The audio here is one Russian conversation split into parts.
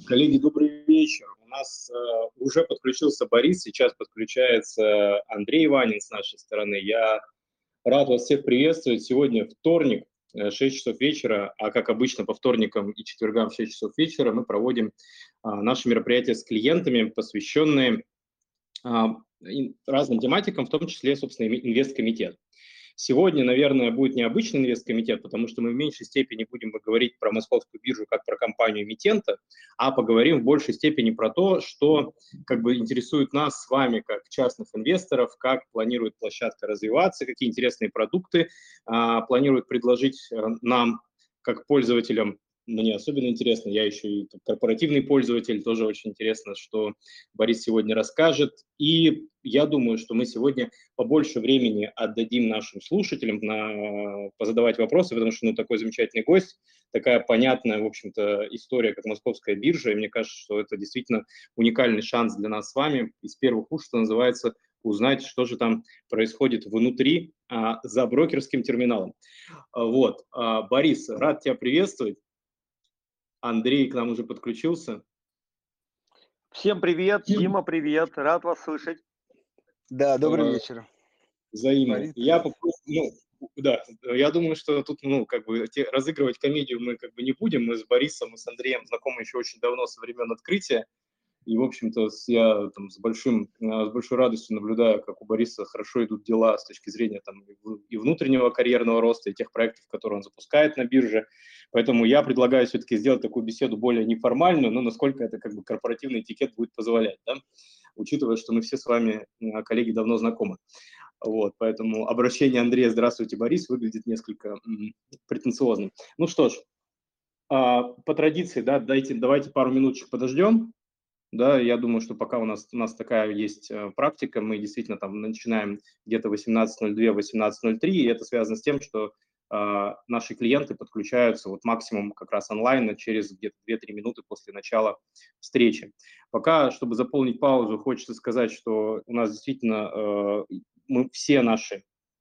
Коллеги, добрый вечер. У нас уже подключился Борис, сейчас подключается Андрей Ванин с нашей стороны. Я рад вас всех приветствовать. Сегодня вторник, 6 часов вечера, а как обычно по вторникам и четвергам в 6 часов вечера мы проводим наши мероприятия с клиентами, посвященные разным тематикам, в том числе, собственно, инвесткомитет. Сегодня, наверное, будет необычный инвесткомитет, потому что мы в меньшей степени будем говорить про московскую биржу как про компанию-эмитента, а поговорим в большей степени про то, что как бы интересует нас с вами как частных инвесторов, как планирует площадка развиваться, какие интересные продукты планирует предложить нам как пользователям. Мне особенно интересно, я еще и корпоративный пользователь, тоже очень интересно, что Борис сегодня расскажет. И я думаю, что мы сегодня побольше времени отдадим нашим слушателям позадавать вопросы, потому что такой замечательный гость, такая понятная, в общем-то, история, как московская биржа, и мне кажется, что это действительно уникальный шанс для нас с вами из первых уст, что называется, узнать, что же там происходит внутри за брокерским терминалом. Вот. Борис, рад тебя приветствовать. Андрей к нам уже подключился. Всем привет, Дима, привет, рад вас слышать. Да, добрый вечер. Взаимно. Я думаю, что тут, разыгрывать комедию мы не будем. Мы с Борисом и с Андреем знакомы еще очень давно, со времен открытия. И, в общем-то, я с большой радостью наблюдаю, как у Бориса хорошо идут дела с точки зрения и внутреннего карьерного роста, и тех проектов, которые он запускает на бирже. Поэтому я предлагаю все-таки сделать такую беседу более неформальную, но насколько это корпоративный этикет будет позволять, да? Учитывая, что мы все с вами, коллеги, давно знакомы. Вот, поэтому обращение Андрея «Здравствуйте, Борис» выглядит несколько претенциозным. Ну что ж, по традиции, да, давайте пару минуточек подождем. Да, я думаю, что пока у нас такая есть практика, мы действительно начинаем где-то 18:02, 18:03, и это связано с тем, что наши клиенты подключаются максимум как раз онлайн через где-то 2-3 минуты после начала встречи. Пока, чтобы заполнить паузу, хочется сказать, что у нас действительно мы все наши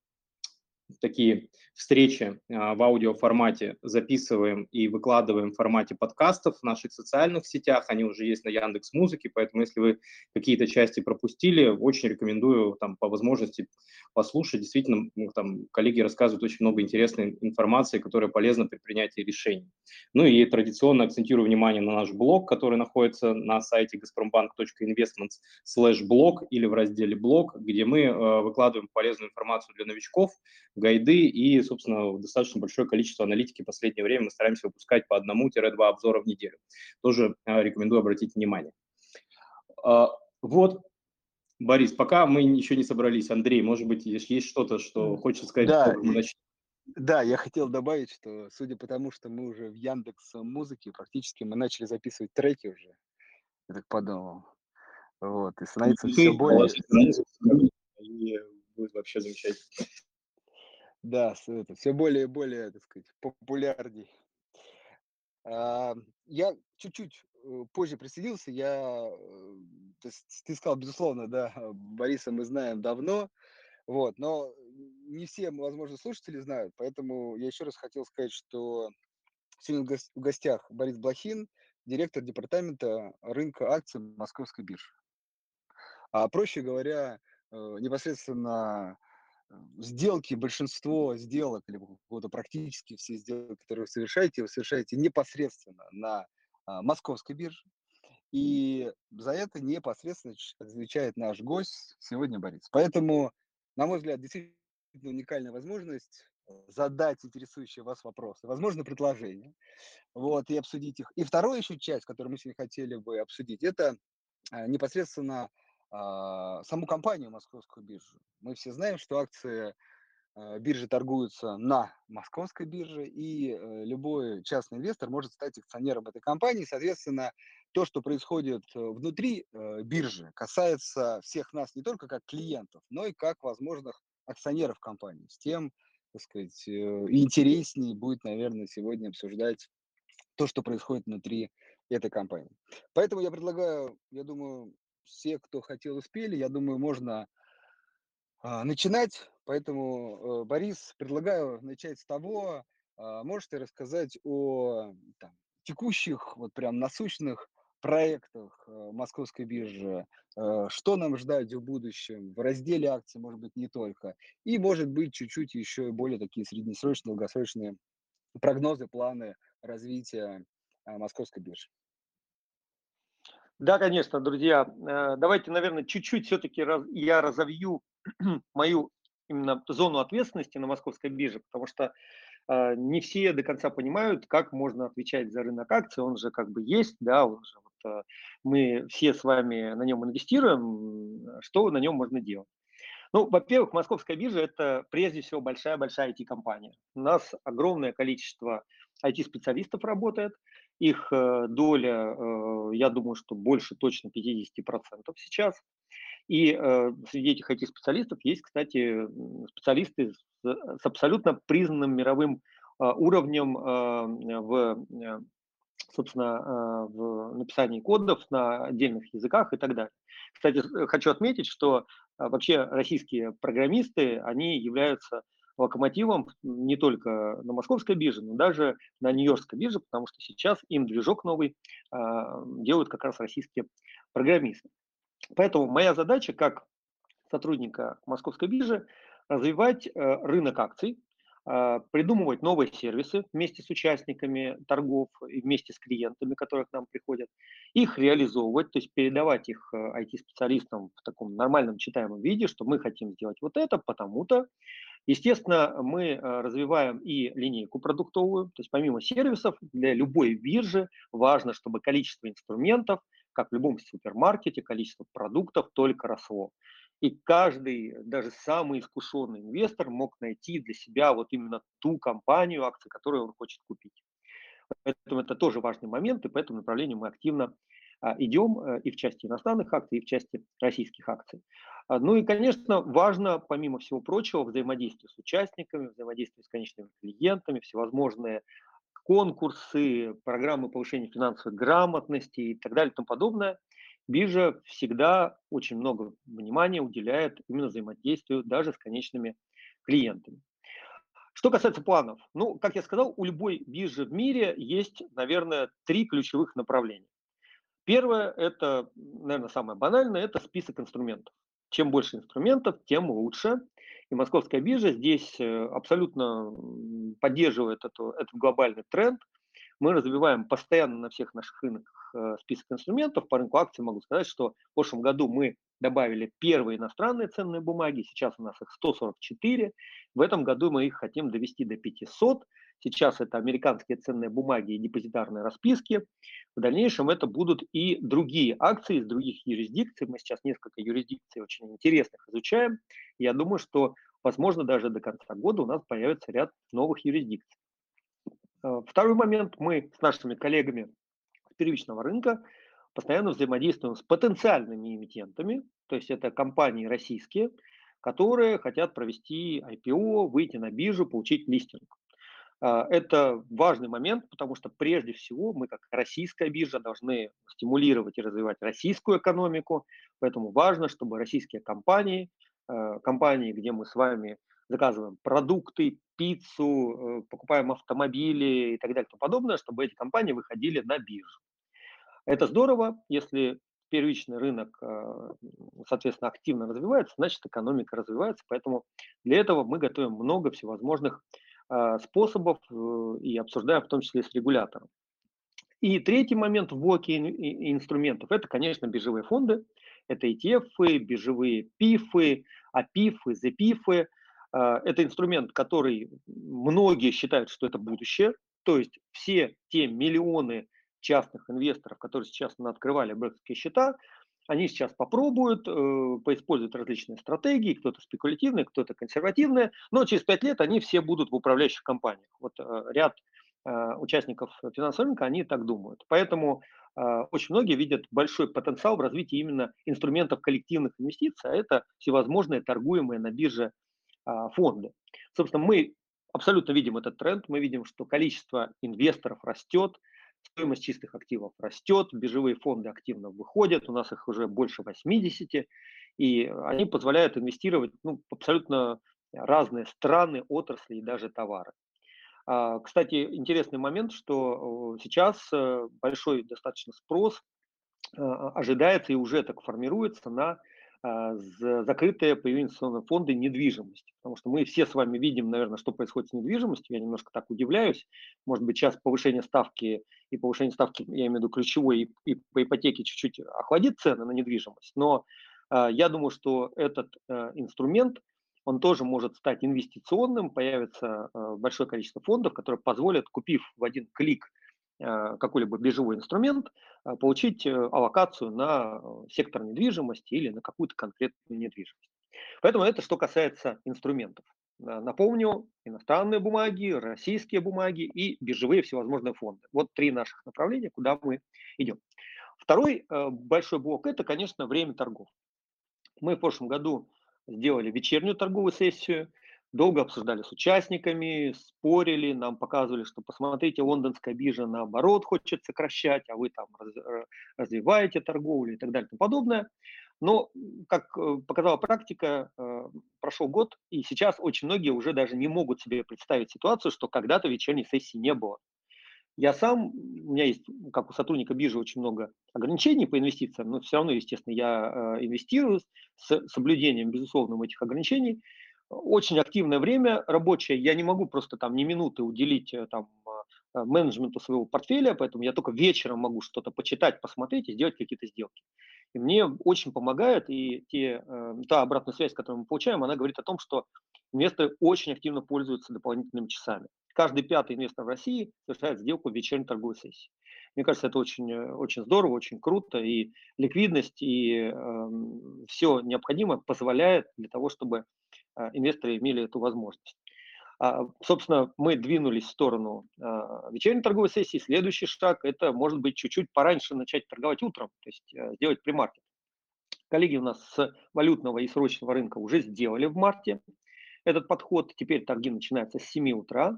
такие встречи в аудиоформате записываем и выкладываем в формате подкастов в наших социальных сетях. Они уже есть на Яндекс.Музыке, поэтому если вы какие-то части пропустили, очень рекомендую по возможности послушать. Действительно, коллеги рассказывают очень много интересной информации, которая полезна при принятии решений. Ну и традиционно акцентирую внимание на наш блог, который находится на сайте gazprombank.investments/блог или в разделе «Блог», где мы выкладываем полезную информацию для новичков, гайды и, собственно, достаточно большое количество аналитики в последнее время мы стараемся выпускать по 1-2 обзора в неделю. Тоже рекомендую обратить внимание. Вот, Борис, пока мы еще не собрались. Андрей, может быть, есть что-то, что хочется сказать, да, мы начнем? Да, я хотел добавить, что судя по тому, что мы уже в Яндекс.Музыке, практически мы начали записывать треки уже, я так подумал. Вот, и становится все более... И будет вообще замечательно. Да, все более и более, так сказать, популярней. Я чуть-чуть позже присоединился, ты сказал, безусловно, да, Бориса мы знаем давно, вот, но не все, возможно, слушатели знают, поэтому я еще раз хотел сказать, что сегодня в гостях Борис Блохин, директор департамента рынка акций Московской биржи. А проще говоря, непосредственно сделки, большинство сделок, или практически все сделки, которые вы совершаете непосредственно на Московской бирже. И за это непосредственно отвечает наш гость сегодня, Борис. Поэтому, на мой взгляд, действительно уникальная возможность задать интересующие вас вопросы, возможно, предложения, вот, и обсудить их. И вторая еще часть, которую мы сегодня хотели бы обсудить, это непосредственно саму компанию Московскую биржу. Мы все знаем, что акции биржи торгуются на Московской бирже, и любой частный инвестор может стать акционером этой компании. Соответственно, то, что происходит внутри биржи, касается всех нас не только как клиентов, но и как возможных акционеров компании. С тем, так сказать, интереснее будет, наверное, сегодня обсуждать то, что происходит внутри этой компании. Поэтому я предлагаю, я думаю, все, кто хотел, успели, я думаю, можно начинать. Поэтому, Борис, предлагаю начать с того, можете рассказать о текущих, прям насущных проектах Московской биржи, что нам ждать в будущем, в разделе акций, может быть, не только, и, может быть, чуть-чуть еще более такие среднесрочные, долгосрочные прогнозы, планы развития Московской биржи. Да, конечно, друзья. Давайте, наверное, чуть-чуть все-таки я разовью мою именно зону ответственности на Московской бирже, потому что не все до конца понимают, как можно отвечать за рынок акций. Он же как бы есть, да, он же мы все с вами на нем инвестируем, что на нем можно делать. Ну, во-первых, Московская биржа – это прежде всего большая-большая IT-компания. У нас огромное количество IT-специалистов работает. Их доля, я думаю, что больше точно 50% сейчас. И среди этих IT-специалистов есть, кстати, специалисты с абсолютно признанным мировым уровнем собственно, в написании кодов на отдельных языках и так далее. Кстати, хочу отметить, что вообще российские программисты, они являются локомотивом не только на московской бирже, но даже на нью-йоркской бирже, потому что сейчас им движок новый делают как раз российские программисты. Поэтому моя задача как сотрудника московской биржи развивать рынок акций, придумывать новые сервисы вместе с участниками торгов и вместе с клиентами, которые к нам приходят, их реализовывать, то есть передавать их IT-специалистам в таком нормальном читаемом виде, что мы хотим сделать вот это, потому-то. Естественно, мы развиваем и линейку продуктовую, то есть помимо сервисов для любой биржи важно, чтобы количество инструментов, как в любом супермаркете, количество продуктов только росло. И каждый, даже самый искушенный инвестор мог найти для себя вот именно ту компанию, акции, которую он хочет купить. Поэтому это тоже важный момент, и по этому направлению мы активно идем и в части иностранных акций, и в части российских акций. Ну и, конечно, важно, помимо всего прочего, взаимодействие с участниками, взаимодействие с конечными клиентами, всевозможные конкурсы, программы повышения финансовой грамотности и так далее и тому подобное. Биржа всегда очень много внимания уделяет именно взаимодействию даже с конечными клиентами. Что касается планов, ну, как я сказал, у любой биржи в мире есть, наверное, три ключевых направления. Первое, это, наверное, самое банальное, это список инструментов. Чем больше инструментов, тем лучше. И московская биржа здесь абсолютно поддерживает этот глобальный тренд. Мы развиваем постоянно на всех наших рынках список инструментов. По рынку акций могу сказать, что в прошлом году мы добавили первые иностранные ценные бумаги, сейчас у нас их 144. В этом году мы их хотим довести до 500. Сейчас это американские ценные бумаги и депозитарные расписки. В дальнейшем это будут и другие акции из других юрисдикций. Мы сейчас несколько юрисдикций очень интересных изучаем. Я думаю, что, возможно, даже до конца года у нас появится ряд новых юрисдикций. Второй момент. Мы с нашими коллегами с первичного рынка постоянно взаимодействуем с потенциальными эмитентами, то есть это компании российские, которые хотят провести IPO, выйти на биржу, получить листинг. Это важный момент, потому что прежде всего мы, как российская биржа, должны стимулировать и развивать российскую экономику, поэтому важно, чтобы российские компании, компании, где мы с вами заказываем продукты, пиццу, покупаем автомобили и так далее и тому подобное, чтобы эти компании выходили на биржу. Это здорово, если первичный рынок, соответственно, активно развивается, значит, экономика развивается, поэтому для этого мы готовим много всевозможных способов и обсуждаем в том числе с регулятором. И третий момент в блоке инструментов – это, конечно, биржевые фонды, это ETF, биржевые ПИФы, АПИФы, ЗПИФы. Это инструмент, который многие считают, что это будущее, то есть все те миллионы частных инвесторов, которые сейчас открывали брокерские счета, они сейчас попробуют, поиспользуют различные стратегии, кто-то спекулятивные, кто-то консервативные, но через 5 лет они все будут в управляющих компаниях. Вот ряд участников финансового рынка, они так думают. Поэтому очень многие видят большой потенциал в развитии именно инструментов коллективных инвестиций, а это всевозможные торгуемые на бирже фонды. Собственно, мы абсолютно видим этот тренд, мы видим, что количество инвесторов растет, стоимость чистых активов растет, биржевые фонды активно выходят, у нас их уже больше 80, и они позволяют инвестировать в абсолютно разные страны, отрасли и даже товары. Кстати, интересный момент, что сейчас большой достаточно спрос ожидается и уже так формируется на закрытые по инвестиционные фонды недвижимости. Потому что мы все с вами видим, наверное, что происходит с недвижимостью. Я немножко так удивляюсь. Может быть, сейчас повышение ставки и повышение ставки, я имею в виду ключевой, и по ипотеке чуть-чуть охладит цены на недвижимость. Но я думаю, что этот инструмент, он тоже может стать инвестиционным. Появится большое количество фондов, которые позволят, купив в один клик какой-либо биржевой инструмент, получить аллокацию на сектор недвижимости или на какую-то конкретную недвижимость. Поэтому это что касается инструментов. Напомню, иностранные бумаги, российские бумаги и биржевые всевозможные фонды. Вот три наших направления, куда мы идем. Второй большой блок – это, конечно, время торгов. Мы в прошлом году сделали вечернюю торговую сессию, долго обсуждали с участниками, спорили, нам показывали, что посмотрите, лондонская биржа наоборот хочет сокращать, а вы там развиваете торговлю и так далее и тому подобное. Но, как показала практика, прошел год, и сейчас очень многие уже даже не могут себе представить ситуацию, что когда-то вечерней сессии не было. Я сам, у меня есть, как у сотрудника биржи, очень много ограничений по инвестициям, но все равно, естественно, я инвестирую с соблюдением, безусловным, этих ограничений. Очень активное время рабочее, я не могу просто там ни минуты уделить менеджменту своего портфеля, поэтому я только вечером могу что-то почитать, посмотреть и сделать какие-то сделки. И мне очень помогает, и та обратная связь, которую мы получаем, она говорит о том, что инвесторы очень активно пользуются дополнительными часами. Каждый пятый инвестор в России совершает сделку в вечерней торговой сессии. Мне кажется, это очень, очень здорово, очень круто, и ликвидность, и все необходимое позволяет для того, чтобы инвесторы имели эту возможность. Собственно, мы двинулись в сторону вечерней торговой сессии. Следующий шаг – это, может быть, чуть-чуть пораньше начать торговать утром, то есть сделать премаркет. Коллеги у нас с валютного и срочного рынка уже сделали в марте этот подход. Теперь торги начинаются с 7 утра.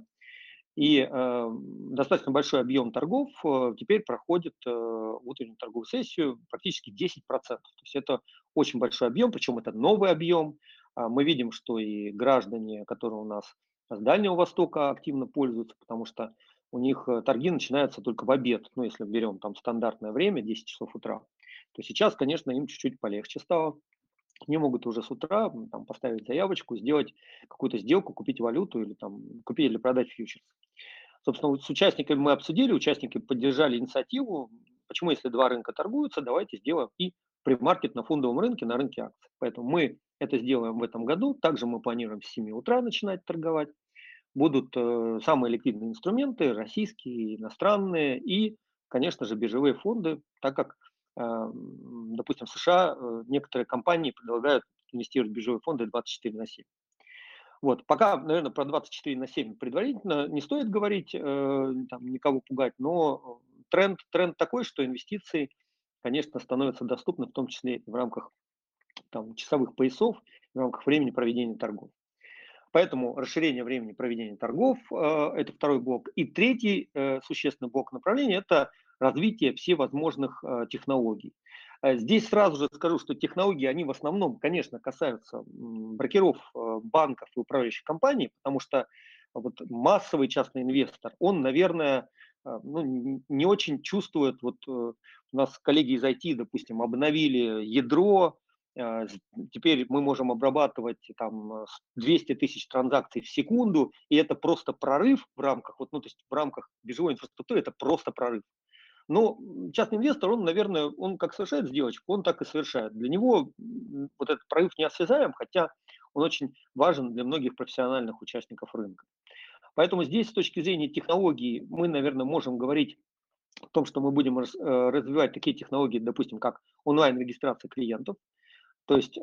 И достаточно большой объем торгов теперь проходит утреннюю торговую сессию практически 10%. То есть это очень большой объем, причем это новый объем. Мы видим, что и граждане, которые у нас с Дальнего Востока активно пользуются, потому что у них торги начинаются только в обед, ну, если берем там стандартное время, 10 часов утра, то сейчас, конечно, им чуть-чуть полегче стало. Они могут уже с утра там, поставить заявочку, сделать какую-то сделку, купить валюту или там, купить или продать фьючерс. Собственно, вот с участниками мы обсудили, участники поддержали инициативу. Почему, если два рынка торгуются, давайте сделаем и премаркет на фондовом рынке, на рынке акций. Поэтому мы это сделаем в этом году. Также мы планируем с 7 утра начинать торговать. Будут самые ликвидные инструменты, российские, иностранные и, конечно же, биржевые фонды, так как, допустим, в США некоторые компании предлагают инвестировать в биржевые фонды 24/7. Вот, пока, наверное, про 24/7 предварительно не стоит говорить, там, никого пугать, но тренд такой, что инвестиции, конечно, становятся доступны, в том числе и в рамках там, часовых поясов, в рамках времени проведения торгов. Поэтому расширение времени проведения торгов это второй блок. И третий существенный блок направления – это развитие всевозможных технологий. Здесь сразу же скажу, что технологии, они в основном, конечно, касаются брокеров, банков и управляющих компаний, потому что вот массовый частный инвестор, он, наверное, ну, не очень чувствует, вот у нас коллеги из IT, допустим, обновили ядро, теперь мы можем обрабатывать там 200 тысяч транзакций в секунду, и это просто прорыв в рамках, вот, ну, то есть в рамках биржевой инфраструктуры это просто прорыв. Но частный инвестор, он, наверное, он как совершает сделочку, он так и совершает. Для него вот этот прорыв не осязаем, хотя он очень важен для многих профессиональных участников рынка. Поэтому здесь с точки зрения технологий мы, наверное, можем говорить о том, что мы будем развивать такие технологии, допустим, как онлайн-регистрация клиентов. То есть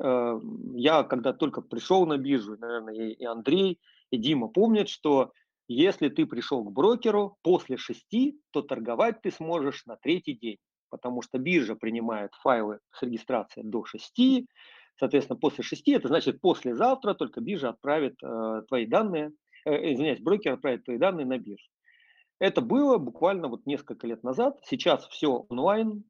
я, когда только пришел на биржу, наверное, и Андрей, и Дима помнят, что если ты пришел к брокеру после 6, то торговать ты сможешь на третий день, потому что биржа принимает файлы с регистрацией до 6, соответственно, после 6, это значит послезавтра только биржа отправит твои данные, извиняюсь, брокер отправит твои данные на биржу. Это было буквально вот несколько лет назад. Сейчас все онлайн,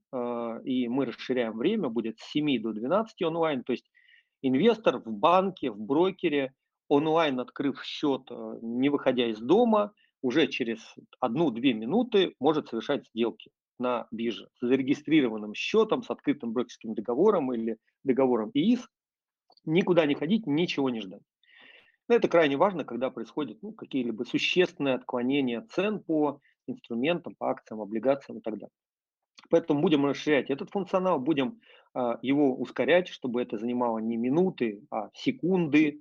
и мы расширяем время, будет с 7 до 12 онлайн. То есть инвестор в банке, в брокере, онлайн открыв счет, не выходя из дома, уже через 1-2 минуты может совершать сделки. на бирже с зарегистрированным счетом, с открытым брокерским договором или договором ИИС, никуда не ходить, ничего не ждать. Но это крайне важно, когда происходят какие-либо существенные отклонения цен по инструментам, по акциям, облигациям и так далее. Поэтому будем расширять этот функционал, будем его ускорять, чтобы это занимало не минуты, а секунды.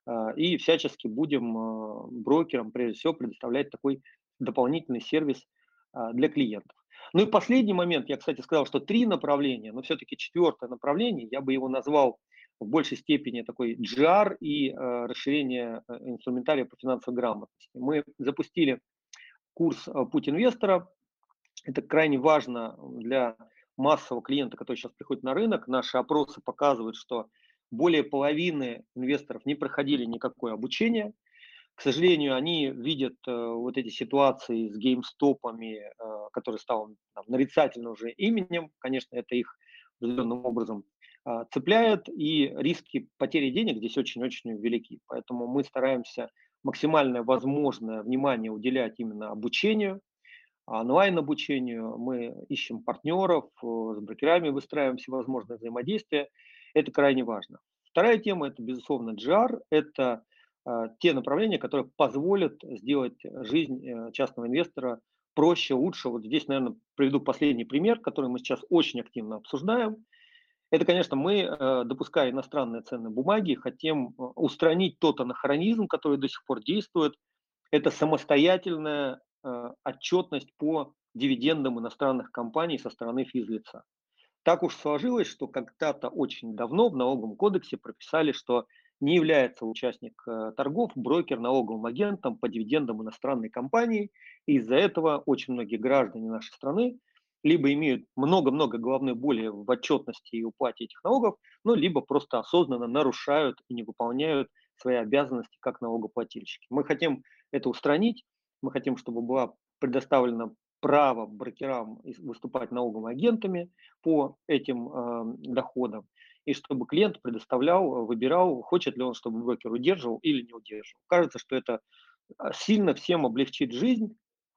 И всячески будем брокерам, прежде всего, предоставлять такой дополнительный сервис для клиентов. Ну и последний момент, я, кстати, сказал, что 3 направления, но все-таки 4-е направление, я бы его назвал в большей степени такой GR и расширение инструментария по финансовой грамотности. Мы запустили курс «Путь инвестора». Это крайне важно для массового клиента, который сейчас приходит на рынок. Наши опросы показывают, что более половины инвесторов не проходили никакое обучение. К сожалению, они видят вот эти ситуации с геймстопами, который стал нарицательным уже именем. Конечно, это их определенным образом цепляет, и риски потери денег здесь очень-очень велики. Поэтому мы стараемся максимальное возможное внимание уделять именно обучению, онлайн-обучению. Мы ищем партнеров, с брокерами выстраиваем всевозможные взаимодействия. Это крайне важно. Вторая тема – это, безусловно, GR. Это те направления, которые позволят сделать жизнь частного инвестора проще, лучше. Вот здесь, наверное, приведу последний пример, который мы сейчас очень активно обсуждаем. Это, конечно, мы, допуская иностранные ценные бумаги, хотим устранить тот анахронизм, который до сих пор действует. Это самостоятельная отчетность по дивидендам иностранных компаний со стороны физлица. Так уж сложилось, что когда-то очень давно в налоговом кодексе прописали, что не является участник торгов, брокер налоговым агентом по дивидендам иностранной компании. И из-за этого очень многие граждане нашей страны либо имеют много-много головной боли в отчетности и уплате этих налогов, ну, либо просто осознанно нарушают и не выполняют свои обязанности как налогоплательщики. Мы хотим это устранить, мы хотим, чтобы была предоставлена право брокерам выступать налоговыми агентами по этим доходам, и чтобы клиент предоставлял, выбирал, хочет ли он, чтобы брокер удерживал или не удерживал. Кажется, что это сильно всем облегчит жизнь.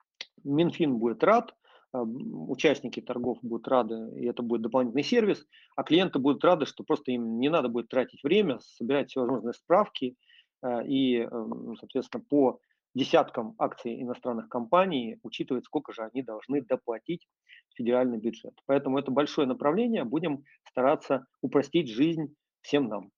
Минфин будет рад, участники торгов будут рады, и это будет дополнительный сервис, а клиенты будут рады, что просто им не надо будет тратить время, собирать всевозможные справки и, соответственно, по десяткам акций иностранных компаний учитывать, сколько же они должны доплатить в федеральный бюджет. Поэтому это большое направление, будем стараться упростить жизнь всем нам.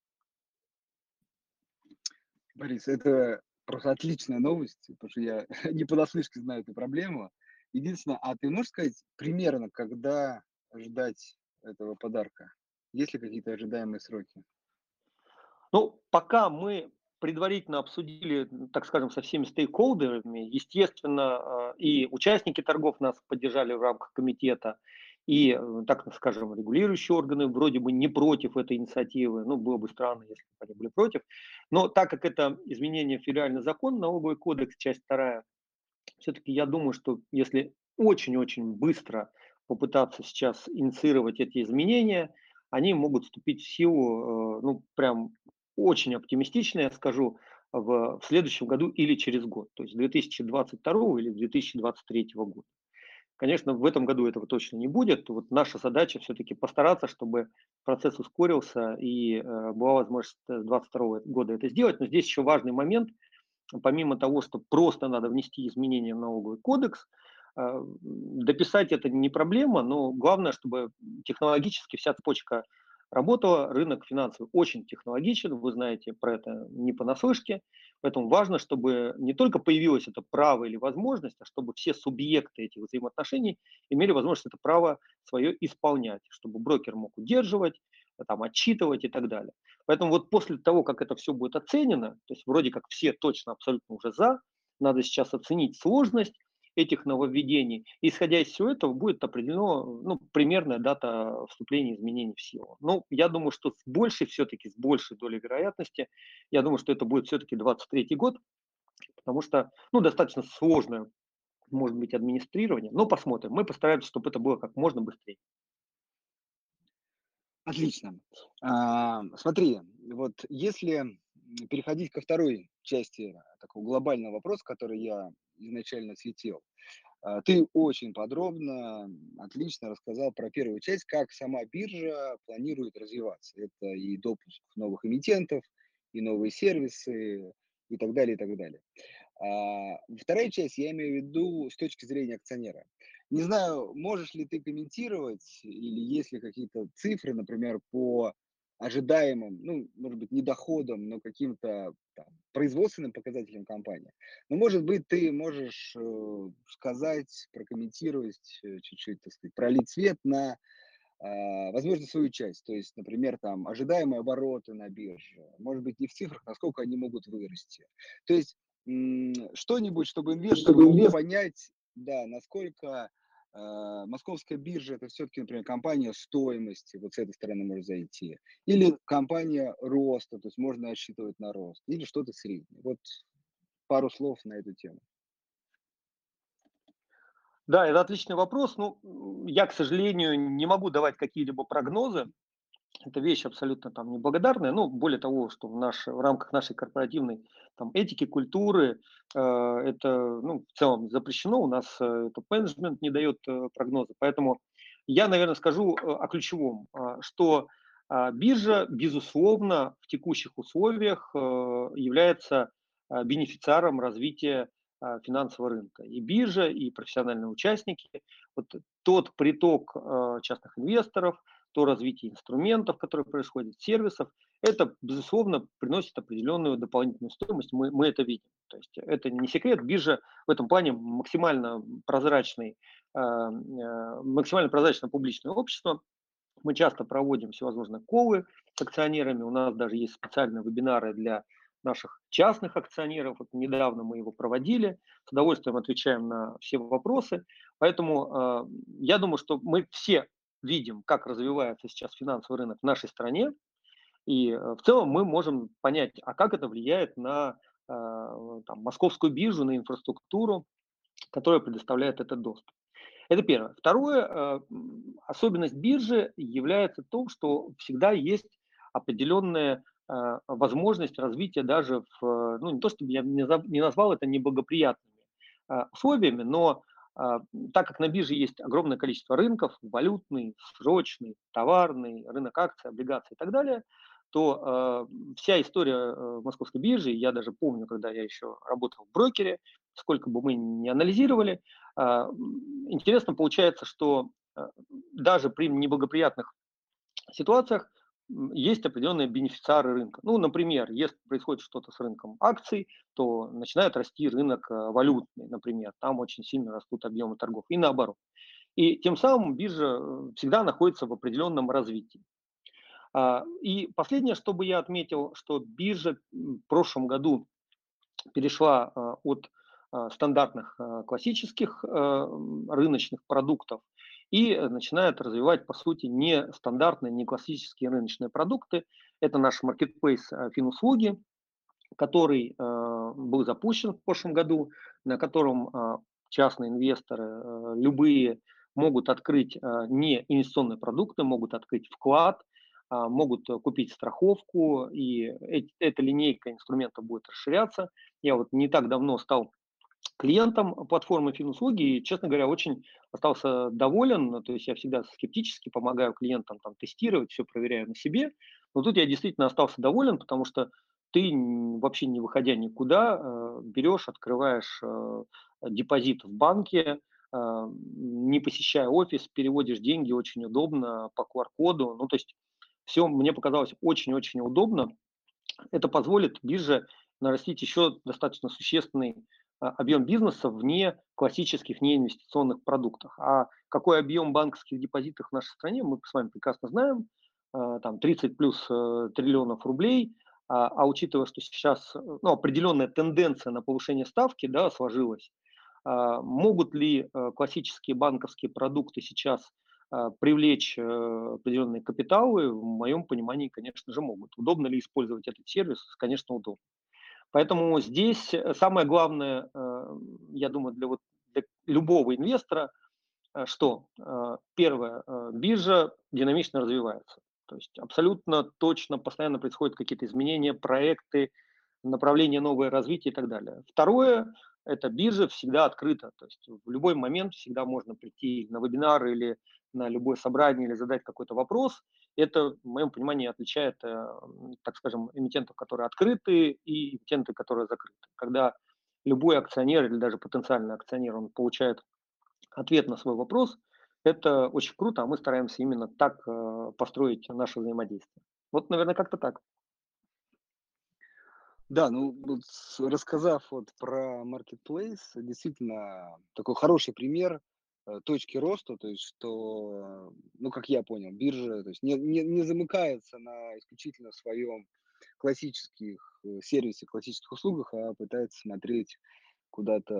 Борис, это просто отличная новость, потому что я не понаслышке знаю эту проблему. Единственное, а ты можешь сказать примерно, когда ждать этого подарка? Есть ли какие-то ожидаемые сроки? Ну, пока мы предварительно обсудили, так скажем, со всеми стейкхолдерами, естественно, и участники торгов нас поддержали в рамках комитета, и, так скажем, регулирующие органы вроде бы не против этой инициативы, ну, было бы странно, если бы они были против, но так как это изменение в федеральный закон, налоговый кодекс, часть 2, все-таки я думаю, что если очень-очень быстро попытаться сейчас инициировать эти изменения, они могут вступить в силу, ну, прям очень оптимистично, я скажу, в следующем году или через год, то есть 2022 или 2023 года. Конечно, в этом году этого точно не будет. Вот наша задача все-таки постараться, чтобы процесс ускорился и была возможность с 2022 года это сделать. Но здесь еще важный момент – помимо того, что просто надо внести изменения в налоговый кодекс, дописать это не проблема, но главное, чтобы технологически вся цепочка работала. Рынок финансовый очень технологичен, вы знаете про это не понаслышке, поэтому важно, чтобы не только появилось это право или возможность, а чтобы все субъекты этих взаимоотношений имели возможность это право свое исполнять, чтобы брокер мог удерживать, там, отчитывать и так далее. Поэтому вот после того, как это все будет оценено, то есть вроде как все точно абсолютно уже за, надо сейчас оценить сложность этих нововведений. И, исходя из всего этого, будет определена, ну, примерная дата вступления изменений в силу. Ну, я думаю, что с большей все-таки, с большей долей вероятности, я думаю, что это будет все-таки 23 год, потому что, ну, достаточно сложное, может быть, администрирование. Но посмотрим. Мы постараемся, чтобы это было как можно быстрее. Отлично. Смотри, вот если переходить ко второй части такого глобального вопроса, который я изначально осветил, Ты очень подробно, отлично рассказал про первую часть, как сама биржа планирует развиваться. Это и допуск новых эмитентов, и новые сервисы, и так далее, и так далее. Вторая часть, я имею в виду с точки зрения акционера. Не знаю, можешь ли ты комментировать или есть ли какие-то цифры, например, по ожидаемым, ну, может быть, не доходам, но каким-то там, производственным показателям компании. Но, может быть, ты можешь сказать, прокомментировать, чуть-чуть, так сказать, пролить свет на, возможно, свою часть. То есть, например, там, ожидаемые обороты на бирже. Может быть, не в цифрах, насколько они могут вырасти. То есть, что-нибудь, чтобы инвестор мог понять, да, насколько московская биржа это все-таки, например, компания стоимости, вот с этой стороны может зайти, или компания роста, то есть можно рассчитывать на рост, или что-то среднее. Вот пару слов на эту тему. Да, это отличный вопрос. Ну, я, к сожалению, не могу давать какие-либо прогнозы. Это вещь абсолютно там неблагодарная. Ну, более того, что в рамках нашей корпоративной там, этики, культуры, это ну, в целом запрещено. У нас топ-менеджмент не дает прогнозы. Поэтому я, наверное, скажу о ключевом, что биржа, безусловно, в текущих условиях является бенефициаром развития финансового рынка. И биржа, и профессиональные участники. Вот тот приток частных инвесторов, то развитие инструментов, которые происходят, сервисов, это, безусловно, приносит определенную дополнительную стоимость, мы это видим. То есть это не секрет, биржа в этом плане максимально прозрачное публичное общество. Мы часто проводим всевозможные колы с акционерами, у нас даже есть специальные вебинары для наших частных акционеров. Вот недавно мы его проводили, с удовольствием отвечаем на все вопросы. Поэтому я думаю, что мы все видим, как развивается сейчас финансовый рынок в нашей стране, и в целом мы можем понять, а как это влияет на там, московскую биржу, на инфраструктуру, которая предоставляет этот доступ. Это первое. Второе, особенность биржи является в том, что всегда есть определенная возможность развития даже ну не то чтобы я не назвал это неблагоприятными условиями, но так как на бирже есть огромное количество рынков, валютный, срочный, товарный, рынок акций, облигаций и так далее, то вся история московской биржи, я даже помню, когда я еще работал в брокере, сколько бы мы ни анализировали, интересно получается, что даже при неблагоприятных ситуациях есть определенные бенефициары рынка. Ну, например, если происходит что-то с рынком акций, то начинает расти рынок валютный, например. Там очень сильно растут объемы торгов и наоборот. И тем самым биржа всегда находится в определенном развитии. И последнее, что бы я отметил, что биржа в прошлом году перешла от стандартных классических рыночных продуктов и начинает развивать, по сути, не стандартные, не классические рыночные продукты. Это наш маркетплейс Финуслуги, который был запущен в прошлом году, на котором частные инвесторы любые могут открыть не инвестиционные продукты, могут открыть вклад, могут купить страховку, и эта линейка инструментов будет расширяться. Я вот не так давно стал клиентом платформы Финуслуги и, честно говоря, очень остался доволен. Ну, то есть я всегда скептически помогаю клиентам там, тестировать, все проверяю на себе. Но тут я действительно остался доволен, потому что ты вообще не выходя никуда, берешь, открываешь депозит в банке, не посещая офис, переводишь деньги очень удобно по QR-коду. Ну, то есть все мне показалось очень-очень удобно. Это позволит бирже нарастить еще достаточно существенный объем бизнеса вне классических неинвестиционных продуктов. А какой объем банковских депозитов в нашей стране, мы с вами прекрасно знаем, там 30 плюс триллионов рублей, учитывая, что сейчас ну, определенная тенденция на повышение ставки да, сложилась, могут ли классические банковские продукты сейчас привлечь определенные капиталы, в моем понимании, конечно же, могут. Удобно ли использовать этот сервис? Конечно, удобно. Поэтому здесь самое главное, я думаю, для любого инвестора, что первое, биржа динамично развивается. То есть абсолютно точно, постоянно происходят какие-то изменения, проекты, направление новое развитие и так далее. Второе, эта биржа всегда открыта. То есть в любой момент всегда можно прийти на вебинар или на любое собрание или задать какой-то вопрос. Это, в моем понимании, отличает, так скажем, эмитентов, которые открыты, и эмитенты, которые закрыты. Когда любой акционер или даже потенциальный акционер, он получает ответ на свой вопрос, это очень круто, а мы стараемся именно так построить наше взаимодействие. Вот, наверное, как-то так. Да, ну вот рассказав вот про Marketplace, действительно такой хороший пример точки роста, то есть что, ну как я понял, биржа, то есть не замыкается на исключительно своем классических сервисе, классических услугах, а пытается смотреть куда-то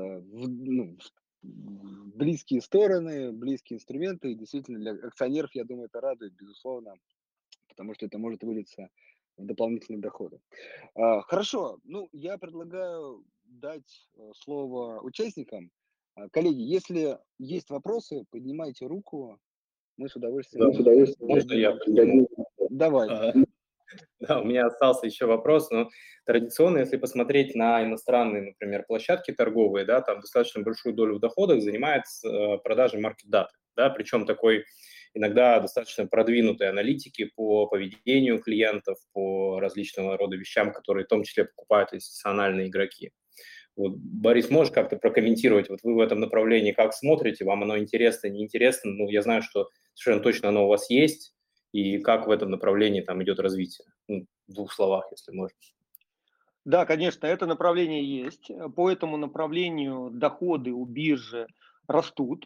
в близкие стороны, близкие инструменты. И действительно для акционеров, я думаю, это радует, безусловно, потому что это может вылиться в дополнительные доходы. Хорошо, ну, я предлагаю дать слово участникам. Коллеги, если есть вопросы, поднимайте руку, мы с Да, удовольствием с удовольствием. Можно дадим я вам слово. подниму? Давайте. Да, у меня остался еще вопрос, но традиционно, если посмотреть на иностранные, например, площадки торговые, да, там достаточно большую долю в доходах занимает продажа маркет-даты, да, причем такой иногда достаточно продвинутой аналитики по поведению клиентов, по различного рода вещам, которые в том числе покупают институциональные игроки. Вот, Борис, можешь как-то прокомментировать, вот вы в этом направлении как смотрите, вам оно интересно, неинтересно? Ну, я знаю, что совершенно точно оно у вас есть, и как в этом направлении там идет развитие? Ну, в двух словах, если можно. Да, конечно, это направление есть. По этому направлению доходы у биржи растут.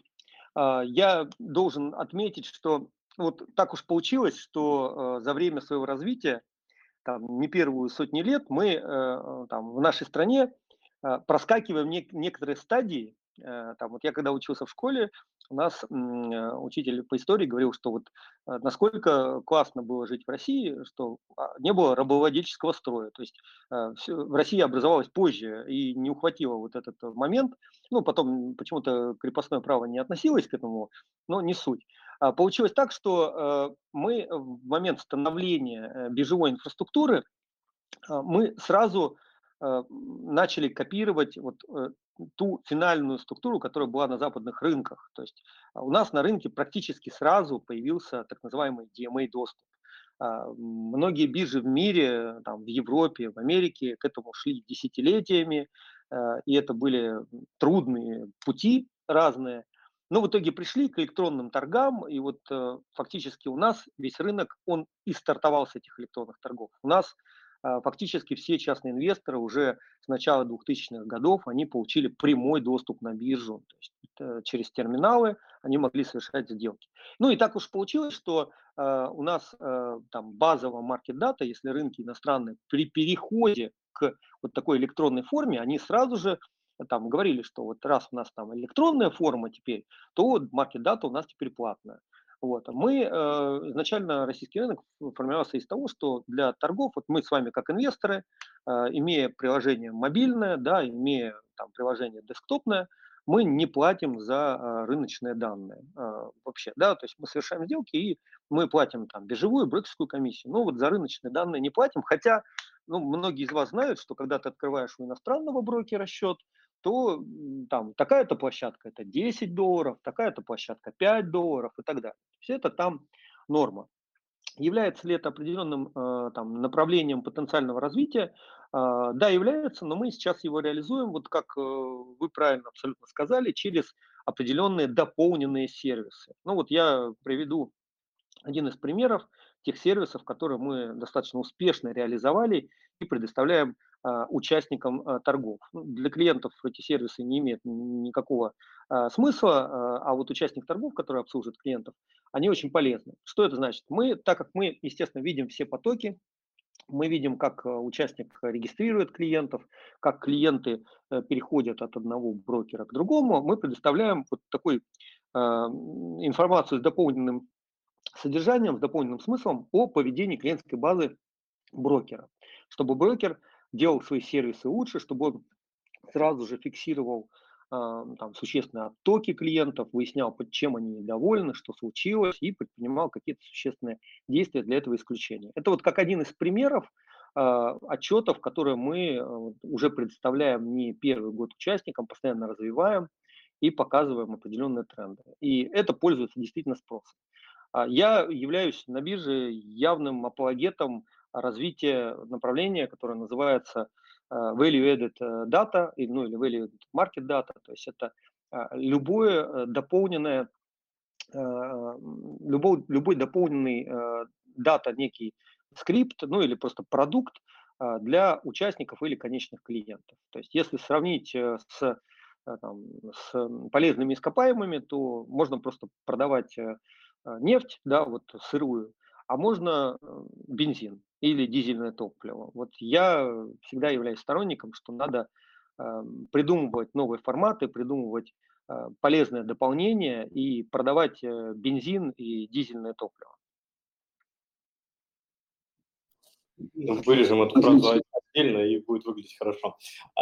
Я должен отметить, что вот так уж получилось, что за время своего развития, там, не первую сотню лет, мы там, в нашей стране проскакиваем некоторые стадии. Там, вот я когда учился в школе, у нас учитель по истории говорил, что вот насколько классно было жить в России, что не было рабовладельческого строя. То есть в России образовалась позже и не ухватила вот этот момент. Ну, потом почему-то крепостное право не относилось к этому, но не суть. Получилось так, что мы в момент становления биржевой инфраструктуры мы сразу начали копировать вот ту финальную структуру, которая была на западных рынках. То есть у нас на рынке практически сразу появился так называемый DMA-доступ. Многие биржи в мире, там, в Европе, в Америке к этому шли десятилетиями, и это были трудные пути разные. Но в итоге пришли к электронным торгам, и вот фактически у нас весь рынок, он и стартовал с этих электронных торгов. У нас фактически все частные инвесторы уже с начала 2000-х годов, они получили прямой доступ на биржу. То есть через терминалы они могли совершать сделки. Ну и так уж получилось, что у нас там базовая маркет-дата, если рынки иностранные, при переходе к вот такой электронной форме, они сразу же там говорили, что вот раз у нас там электронная форма теперь, то маркет-дата у нас теперь платная. Вот. Мы изначально российский рынок формировался из того, что для торгов, вот мы с вами как инвесторы, имея приложение мобильное, да, имея там приложение десктопное, мы не платим за рыночные данные вообще, да, то есть мы совершаем сделки и мы платим там биржевую, брокерскую комиссию, но вот за рыночные данные не платим, хотя, ну, многие из вас знают, что когда ты открываешь у иностранного брокера счет, то там такая-то площадка это $10, такая-то площадка $5 и так далее. Все это там норма. Является ли это определенным там, направлением потенциального развития? Да, является, но мы сейчас его реализуем, вот как вы правильно абсолютно сказали, через определенные дополненные сервисы. Ну вот я приведу один из примеров тех сервисов, которые мы достаточно успешно реализовали и предоставляем участникам торгов. Ну, для клиентов эти сервисы не имеют никакого смысла, а вот участник торгов, который обслуживает клиентов, они очень полезны. Что это значит? Мы, так как мы, естественно, видим все потоки, мы видим, как участник регистрирует клиентов, как клиенты переходят от одного брокера к другому, мы предоставляем вот такой информацию с дополненным содержанием, с дополненным смыслом о поведении клиентской базы брокера, чтобы брокер делал свои сервисы лучше, чтобы он сразу же фиксировал там, существенные оттоки клиентов, выяснял, под чем они недовольны, что случилось, и предпринимал какие-то существенные действия для этого исключения. Это вот как один из примеров отчетов, которые мы уже представляем не первый год участникам, постоянно развиваем и показываем определенные тренды. И это пользуется действительно спросом. Я являюсь на бирже явным апологетом развития направления, которое называется Value-Added Data, ну или Value-Added Market Data, то есть это любое дополненное, любой дополненный дата, некий скрипт, ну или просто продукт для участников или конечных клиентов. То есть если сравнить там, с полезными ископаемыми, то можно просто продавать нефть, да, вот сырую, а можно бензин или дизельное топливо. Вот я всегда являюсь сторонником, что надо придумывать новые форматы, придумывать полезное дополнение и продавать бензин и дизельное топливо. Вырежем эту фразу отдельно, и будет выглядеть хорошо.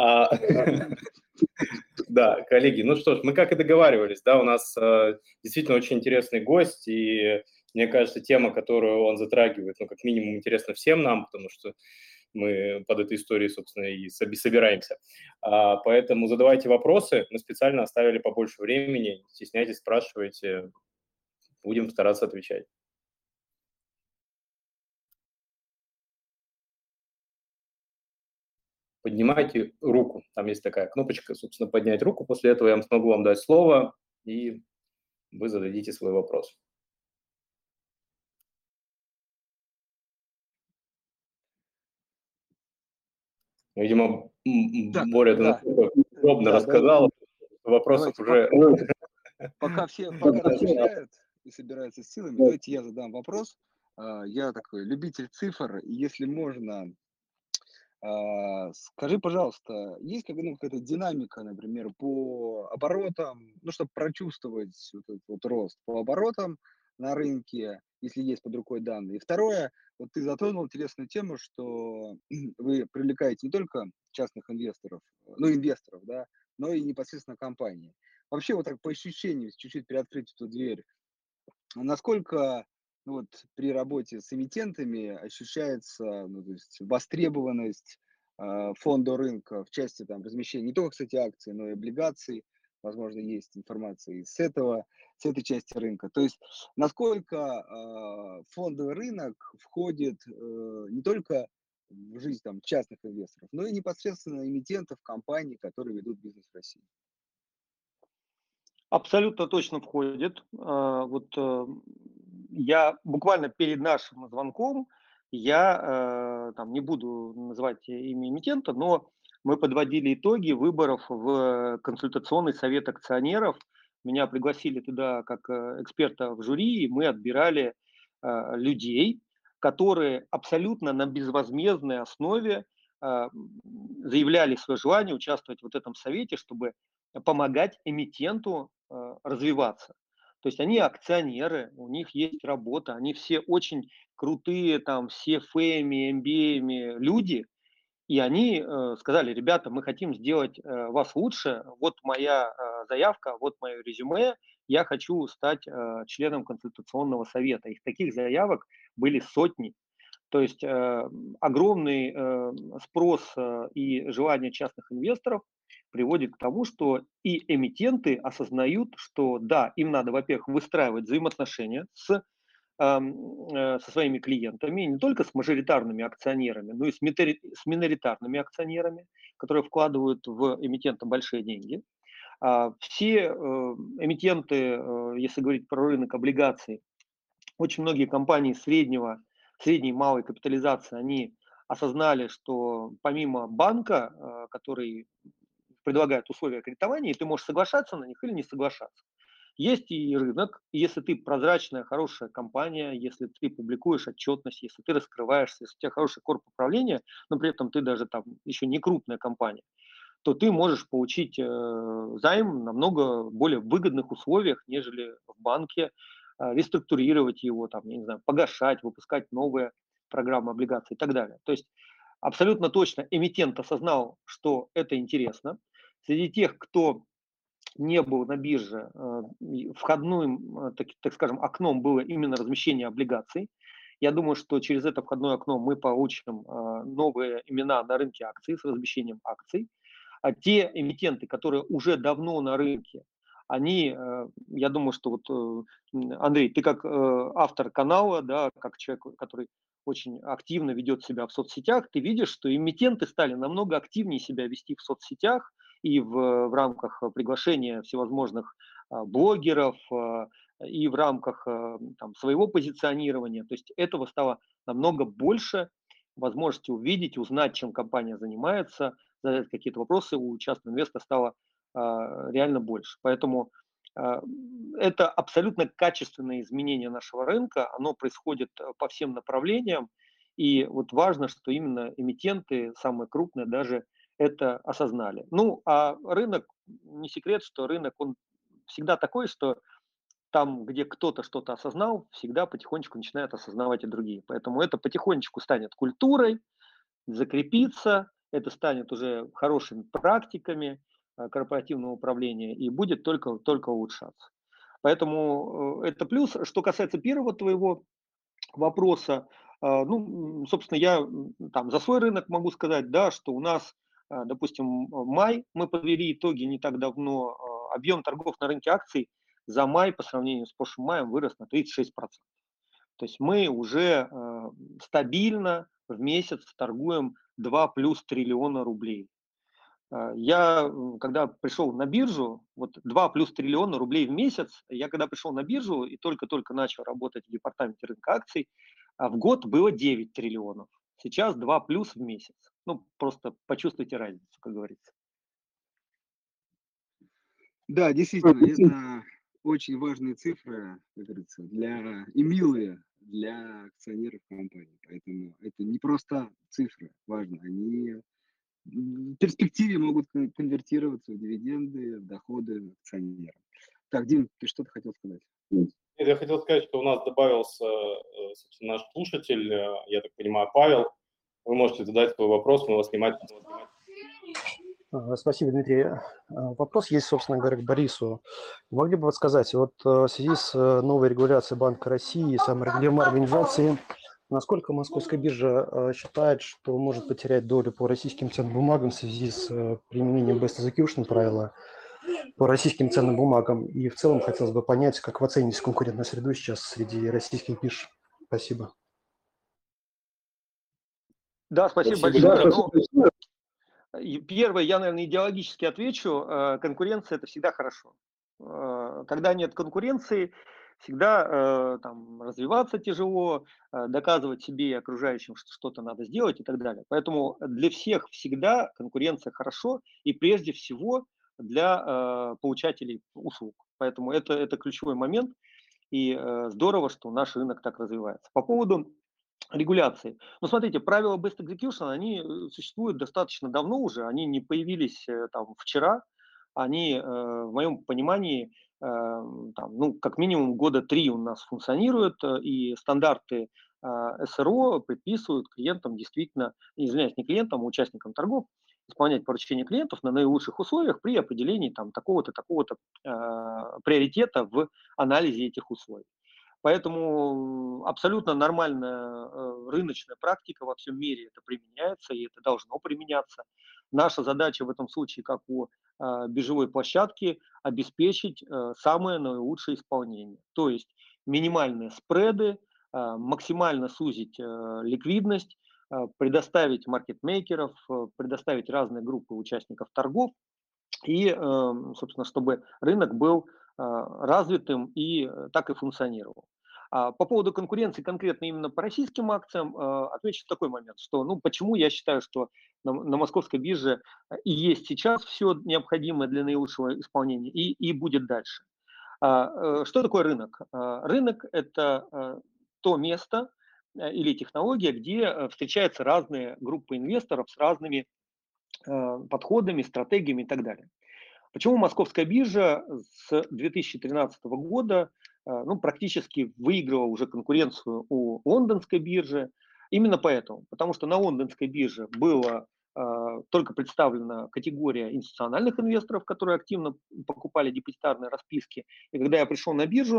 Да, коллеги, ну что ж, мы как и договаривались, да, у нас действительно очень интересный гость, и мне кажется, тема, которую он затрагивает, ну, как минимум, интересна всем нам, потому что мы под этой историей, собственно, и собираемся. Поэтому задавайте вопросы, мы специально оставили побольше времени, не стесняйтесь, спрашивайте, будем стараться отвечать. Поднимайте руку, там есть такая кнопочка, собственно, поднять руку, после этого я смогу вам дать слово, и вы зададите свой вопрос. Видимо, Боря, ты настолько подробно рассказал, вопросов уже... Пока размышляют и собираются с силами, давайте я задам вопрос. Я такой любитель цифр, и если можно, скажи, пожалуйста, есть какая-то динамика, например, по оборотам, ну, чтобы прочувствовать вот этот вот рост по оборотам на рынке, если есть под рукой данные. И второе, вот ты затронул интересную тему, что вы привлекаете не только частных инвесторов, ну, инвесторов, да, но и непосредственно компании. Вообще, вот так по ощущению, чуть-чуть приоткрыть эту дверь, насколько ну, вот, при работе с эмитентами ощущается ну, то есть востребованность фонда рынка в части там, размещения не только, кстати, акций, но и облигаций, возможно, есть информация и с этой части рынка. То есть насколько фондовый рынок входит не только в жизнь там, частных инвесторов, но и непосредственно эмитентов, компаний, которые ведут бизнес в России. Абсолютно точно входит. Я буквально перед нашим звонком, я там не буду называть имя эмитента, но мы подводили итоги выборов в консультационный совет акционеров. Меня пригласили туда как эксперта в жюри, и мы отбирали людей, которые абсолютно на безвозмездной основе заявляли свое желание участвовать в вот этом совете, чтобы помогать эмитенту развиваться. То есть они акционеры, у них есть работа, они все очень крутые, там, все фэми, MBA люди, и они сказали, ребята, мы хотим сделать вас лучше, вот моя заявка, вот мое резюме, я хочу стать членом консультационного совета. Их таких заявок были сотни. То есть огромный спрос и желание частных инвесторов приводит к тому, что и эмитенты осознают, что да, им надо, во-первых, выстраивать взаимоотношения со своими клиентами, не только с мажоритарными акционерами, но и с миноритарными акционерами, которые вкладывают в эмитента большие деньги. Все эмитенты, если говорить про рынок облигаций, очень многие компании средней и малой капитализации, они осознали, что помимо банка, который предлагает условия кредитования, ты можешь соглашаться на них или не соглашаться. Есть и рынок, и если ты прозрачная, хорошая компания, если ты публикуешь отчетность, если ты раскрываешься, если у тебя хороший корпус управления, но при этом ты даже там еще не крупная компания, то ты можешь получить займ намного более выгодных условиях, нежели в банке, реструктурировать его, там, я не знаю, погашать, выпускать новые программы облигаций и так далее. То есть абсолютно точно эмитент осознал, что это интересно. Среди тех, кто не был на бирже, входным, так скажем, окном было именно размещение облигаций. Я думаю, что через это входное окно мы получим новые имена на рынке акций с размещением акций. А те эмитенты, которые уже давно на рынке, они, я думаю, что вот, Андрей, ты как автор канала, да, как человек, который очень активно ведет себя в соцсетях, ты видишь, что эмитенты стали намного активнее себя вести в соцсетях и в рамках приглашения всевозможных блогеров, и в рамках там, своего позиционирования. То есть этого стало намного больше, возможности увидеть, узнать, чем компания занимается, задать какие-то вопросы у частного инвестора стало реально больше. Поэтому это абсолютно качественное изменение нашего рынка, оно происходит по всем направлениям, и вот важно, что именно эмитенты, самые крупные, даже это осознали. Ну, а рынок, не секрет, что рынок, он всегда такой, что там, где кто-то что-то осознал, всегда потихонечку начинают осознавать и другие. Поэтому это потихонечку станет культурой, закрепится, это станет уже хорошими практиками корпоративного управления и будет только улучшаться. Поэтому это плюс. Что касается первого твоего вопроса, ну, собственно, я там за свой рынок могу сказать, да, что у нас, допустим, май, мы подвели итоги не так давно, объем торгов на рынке акций за май по сравнению с прошлым маем вырос на 36%. То есть мы уже стабильно в месяц торгуем 2 плюс триллиона рублей. Я, когда пришел на биржу, вот 2 плюс триллиона рублей в месяц, я когда пришел на биржу и только-только начал работать в департаменте рынка акций, в год было 9 триллионов. Сейчас 2 плюс в месяц. Ну, просто почувствуйте разницу, как говорится. Да, действительно, это очень важные цифры, как говорится, и милые для акционеров компании. Поэтому это не просто цифры важно, они в перспективе могут конвертироваться в дивиденды, в доходы акционерам. Так, Дим, ты что-то хотел сказать? Нет, я хотел сказать, что у нас добавился, собственно, наш слушатель, я так понимаю, Павел. Вы можете задать свой вопрос, мы вас внимательно слушаем. Спасибо, Дмитрий. Вопрос есть, собственно говоря, к Борису. Могли бы подсказать, вот в связи с новой регуляцией Банка России и саморегулируемой организации, насколько Московская биржа считает, что может потерять долю по российским ценным бумагам в связи с применением Best Execution правила по российским ценным бумагам? И в целом хотелось бы понять, как вы оцениваете конкурентную среду сейчас среди российских бирж. Спасибо. Да, спасибо большое. Первое, я, наверное, идеологически отвечу. Конкуренция – это всегда хорошо. Когда нет конкуренции, всегда там, развиваться тяжело, доказывать себе и окружающим, что что-то надо сделать и так далее. Поэтому для всех всегда конкуренция хорошо, и прежде всего для получателей услуг. Поэтому это ключевой момент, и здорово, что наш рынок так развивается. По поводу регуляции. Ну, смотрите, правила Best Execution, они существуют достаточно давно уже, они не появились там вчера, они, в моем понимании, там, ну, как минимум года 3 у нас функционируют, и стандарты СРО предписывают клиентам действительно, извиняюсь, не клиентам, а участникам торгов, исполнять поручения клиентов на наилучших условиях при определении там такого-то, такого-то приоритета в анализе этих условий. Поэтому абсолютно нормальная рыночная практика во всем мире это применяется, и это должно применяться. Наша задача в этом случае, как у биржевой площадки, обеспечить самое наилучшее исполнение. То есть минимальные спреды, максимально сузить ликвидность, предоставить маркетмейкеров, предоставить разные группы участников торгов, и, собственно, чтобы рынок был развитым и так и функционировал. По поводу конкуренции конкретно именно по российским акциям отвечу в такой момент, что, ну, почему я считаю, что на московской бирже и есть сейчас все необходимое для наилучшего исполнения и будет дальше. Что такое рынок? Рынок – это то место или технология, где встречаются разные группы инвесторов с разными подходами, стратегиями и так далее. Почему московская биржа с 2013 года ну, практически выиграла уже конкуренцию у лондонской биржи? Именно поэтому. Потому что на лондонской бирже была только представлена категория институциональных инвесторов, которые активно покупали депозитарные расписки. И когда я пришел на биржу,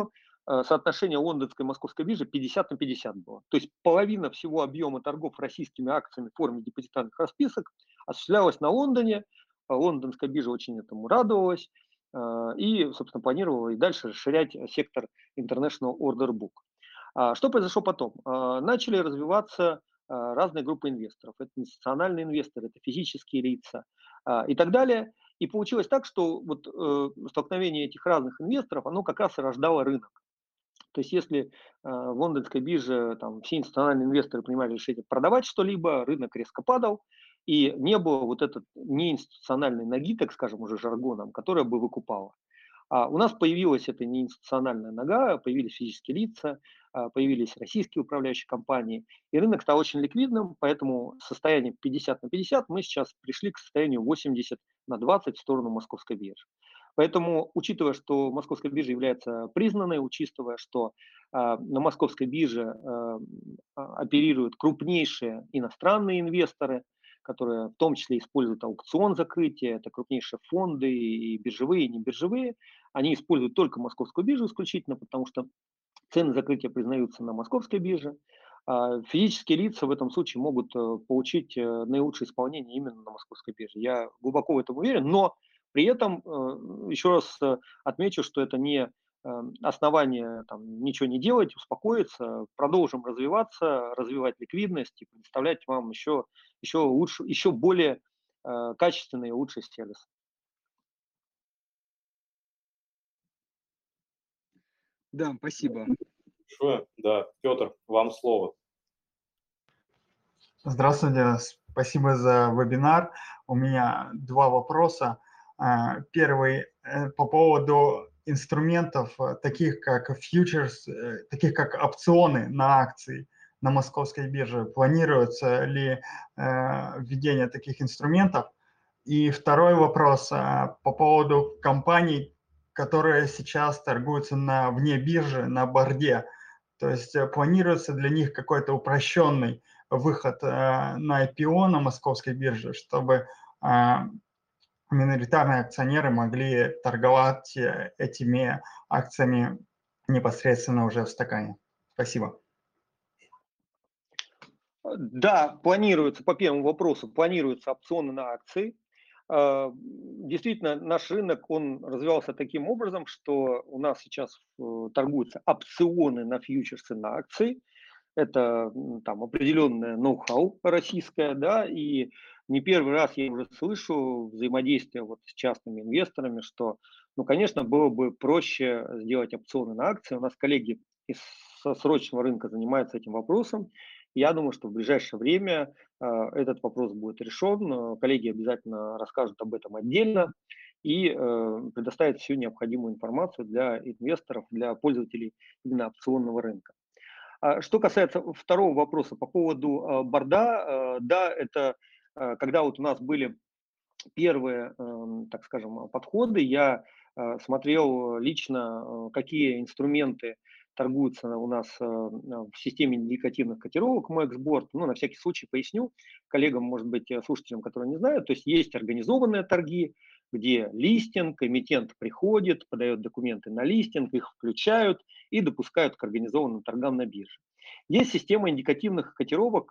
соотношение лондонской и московской биржи 50 на 50 было. То есть половина всего объема торгов российскими акциями в форме депозитарных расписок осуществлялась на Лондоне. Лондонская биржа очень этому радовалась и, собственно, планировала и дальше расширять сектор International Order Book. Что произошло потом? Начали развиваться разные группы инвесторов. Это институциональные инвесторы, это физические лица и так далее. И получилось так, что вот столкновение этих разных инвесторов, оно как раз и рождало рынок. То есть если в лондонской бирже там, все институциональные инвесторы принимали решение продавать что-либо, рынок резко падал, и не было вот этой неинституциональной ноги, так скажем, уже жаргоном, которая бы выкупала. У нас появилась эта неинституциональная нога, появились физические лица, появились российские управляющие компании, и рынок стал очень ликвидным, поэтому состояние 50 на 50 мы сейчас пришли к состоянию 80 на 20 в сторону московской биржи. Поэтому, учитывая, что московская биржа является признанной, учитывая, что на московской бирже оперируют крупнейшие иностранные инвесторы, которые в том числе используют аукцион закрытия, это крупнейшие фонды и биржевые, и небиржевые, они используют только московскую биржу исключительно, потому что цены закрытия признаются на московской бирже. Физические лица в этом случае могут получить наилучшее исполнение именно на московской бирже. Я глубоко в этом уверен, но при этом еще раз отмечу, что это не основание там, ничего не делать, успокоиться, продолжим развиваться, развивать ликвидность и предоставлять вам еще лучше, еще более качественный и лучший сервис. Да, спасибо. Большое. Да, Петр, вам слово. Здравствуйте, спасибо за вебинар. У меня два вопроса. Первый по поводу инструментов, таких как фьючерс, таких как опционы на акции на московской бирже. Планируется ли введение таких инструментов? И второй вопрос по поводу компаний, которые сейчас торгуются вне биржи, на борде. То есть планируется для них какой-то упрощенный выход на IPO на московской бирже, чтобы миноритарные акционеры могли торговать этими акциями непосредственно уже в стакане. Спасибо. Да, планируется, по первому вопросу, планируются опционы на акции. Действительно, наш рынок, он развивался таким образом, что у нас сейчас торгуются опционы на фьючерсы на акции. Это там определенное ноу-хау российское, да, и не первый раз я уже слышу взаимодействие вот с частными инвесторами, что, ну, конечно, было бы проще сделать опционы на акции. У нас коллеги из срочного рынка занимаются этим вопросом. Я думаю, что в ближайшее время этот вопрос будет решен. Коллеги обязательно расскажут об этом отдельно и предоставят всю необходимую информацию для инвесторов, для пользователей именно опционного рынка. Что касается второго вопроса по поводу борда, да, это когда вот у нас были первые, так скажем, подходы, я смотрел лично, какие инструменты торгуются у нас в системе индикативных котировок MOEX-борд. Ну, на всякий случай поясню коллегам, может быть, слушателям, которые не знают. То есть есть организованные торги, где листинг, эмитент приходит, подает документы на листинг, их включают и допускают к организованным торгам на бирже. Есть система индикативных котировок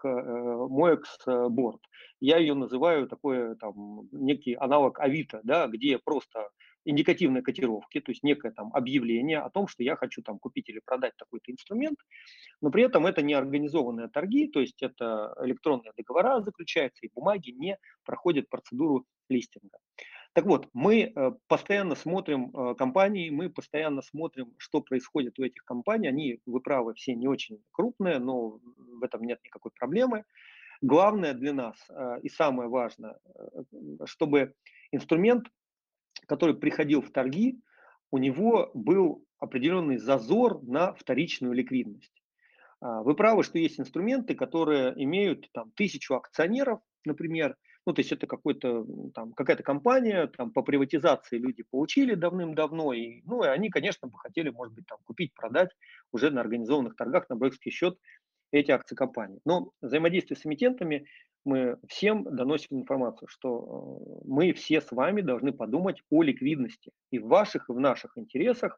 MOEX-борд. Я ее называю такой там, некий аналог Авито, да, где просто индикативные котировки, то есть некое там объявление о том, что я хочу там купить или продать такой-то инструмент, но при этом это не организованные торги, то есть это электронные договора заключаются, и бумаги не проходят процедуру листинга. Так вот, мы постоянно смотрим компании, мы постоянно смотрим, что происходит у этих компаний. Они, вы правы, все не очень крупные, но в этом нет никакой проблемы. Главное для нас и самое важное, чтобы инструмент, который приходил в торги, у него был определенный зазор на вторичную ликвидность. Вы правы, что есть инструменты, которые имеют там 1000 акционеров, например. Ну, то есть это какая-то компания, там, по приватизации люди получили давным-давно, и они, конечно, бы хотели, может быть, там, купить, продать уже на организованных торгах на брокерский счет эти акции компании. Но взаимодействие с эмитентами мы всем доносим информацию, что мы все с вами должны подумать о ликвидности и в ваших, и в наших интересах,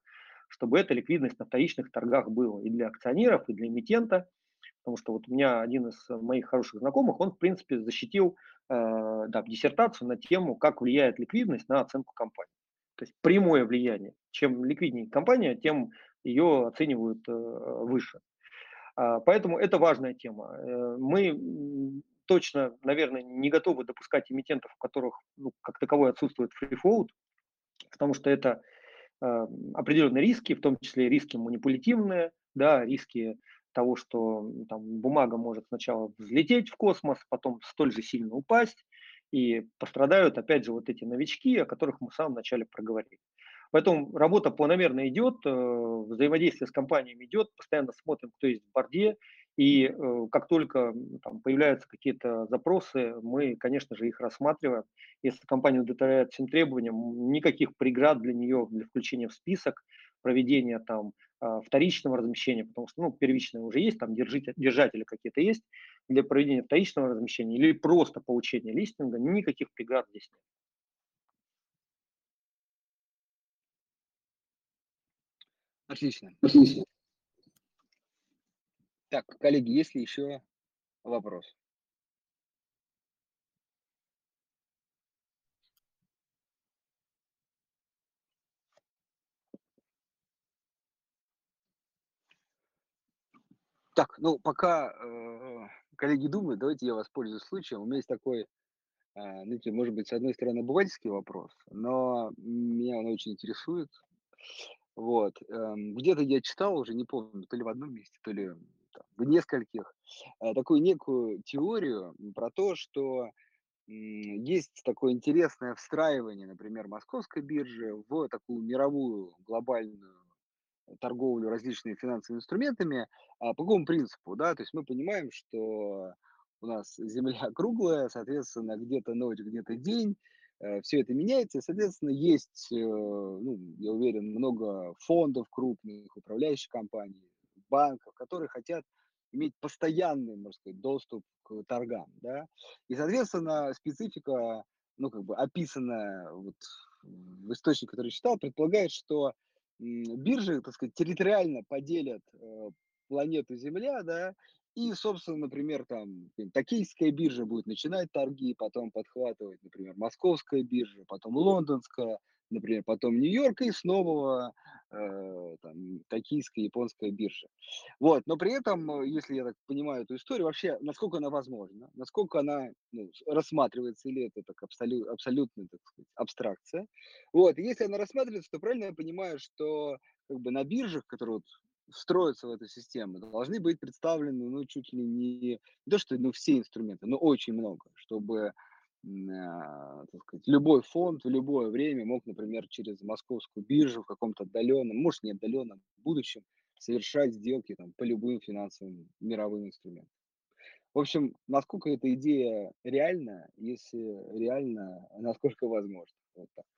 чтобы эта ликвидность на вторичных торгах была и для акционеров, и для эмитента. Потому что вот у меня один из моих хороших знакомых, он, в принципе, защитил диссертацию на тему, как влияет ликвидность на оценку компании. То есть прямое влияние. Чем ликвиднее компания, тем ее оценивают выше. Поэтому это важная тема. Мы точно, наверное, не готовы допускать эмитентов, у которых как таковой отсутствует free float, потому что это определенные риски, в том числе риски манипулятивные, да, риски того, что там бумага может сначала взлететь в космос, потом столь же сильно упасть, и пострадают, опять же, вот эти новички, о которых мы в самом начале проговорили. Поэтому работа планомерно идет, взаимодействие с компаниями идет, постоянно смотрим, кто есть в борде, и как только там появляются какие-то запросы, мы, конечно же, их рассматриваем. Если компания удовлетворяет всем требованиям, никаких преград для нее, для включения в список, проведения там вторичного размещения, потому что первичное уже есть, там держатели какие-то есть, для проведения вторичного размещения или просто получения листинга, никаких преград здесь нет. Отлично. Так, коллеги, есть ли еще вопрос? Так, пока коллеги думают, давайте я воспользуюсь случаем. У меня есть такой, знаете, может быть, с одной стороны, обывательский вопрос, но меня он очень интересует. Вот. Где-то я читал, уже не помню, то ли в одном месте, то ли там, в нескольких, такую некую теорию про то, что есть такое интересное встраивание, например, московской биржи в такую мировую глобальную торговлю различными финансовыми инструментами. По какому принципу, да? То есть мы понимаем, что у нас Земля круглая, соответственно, где-то ночь, где-то день, все это меняется, и, соответственно, есть, я уверен, много фондов крупных, управляющих компаний, банков, которые хотят иметь постоянный, можно сказать, доступ к торгам, да, и, соответственно, специфика, описанная вот в источнике, который читал, предполагает, что биржи, так сказать, территориально поделят планету Земля, да, и, собственно, например, там токийская биржа будет начинать торги, потом подхватывать, например, московская биржа, потом лондонская, например, потом Нью-Йорк и снова токийская, японская биржа. Вот, но при этом, если я так понимаю эту историю, вообще, насколько она возможна, насколько она рассматривается, или это так абсолютно, так сказать, абстракция. Вот, и если она рассматривается, то правильно я понимаю, что на биржах, которые вот встроиться в эту систему, должны быть представлены, чуть ли не то, что все инструменты, но очень много, чтобы так сказать, любой фонд в любое время мог, например, через московскую биржу в каком-то отдаленном, может, не отдаленном будущем совершать сделки по любым финансовым мировым инструментам. В общем, насколько эта идея реальна, если реально, насколько возможно. Вот так.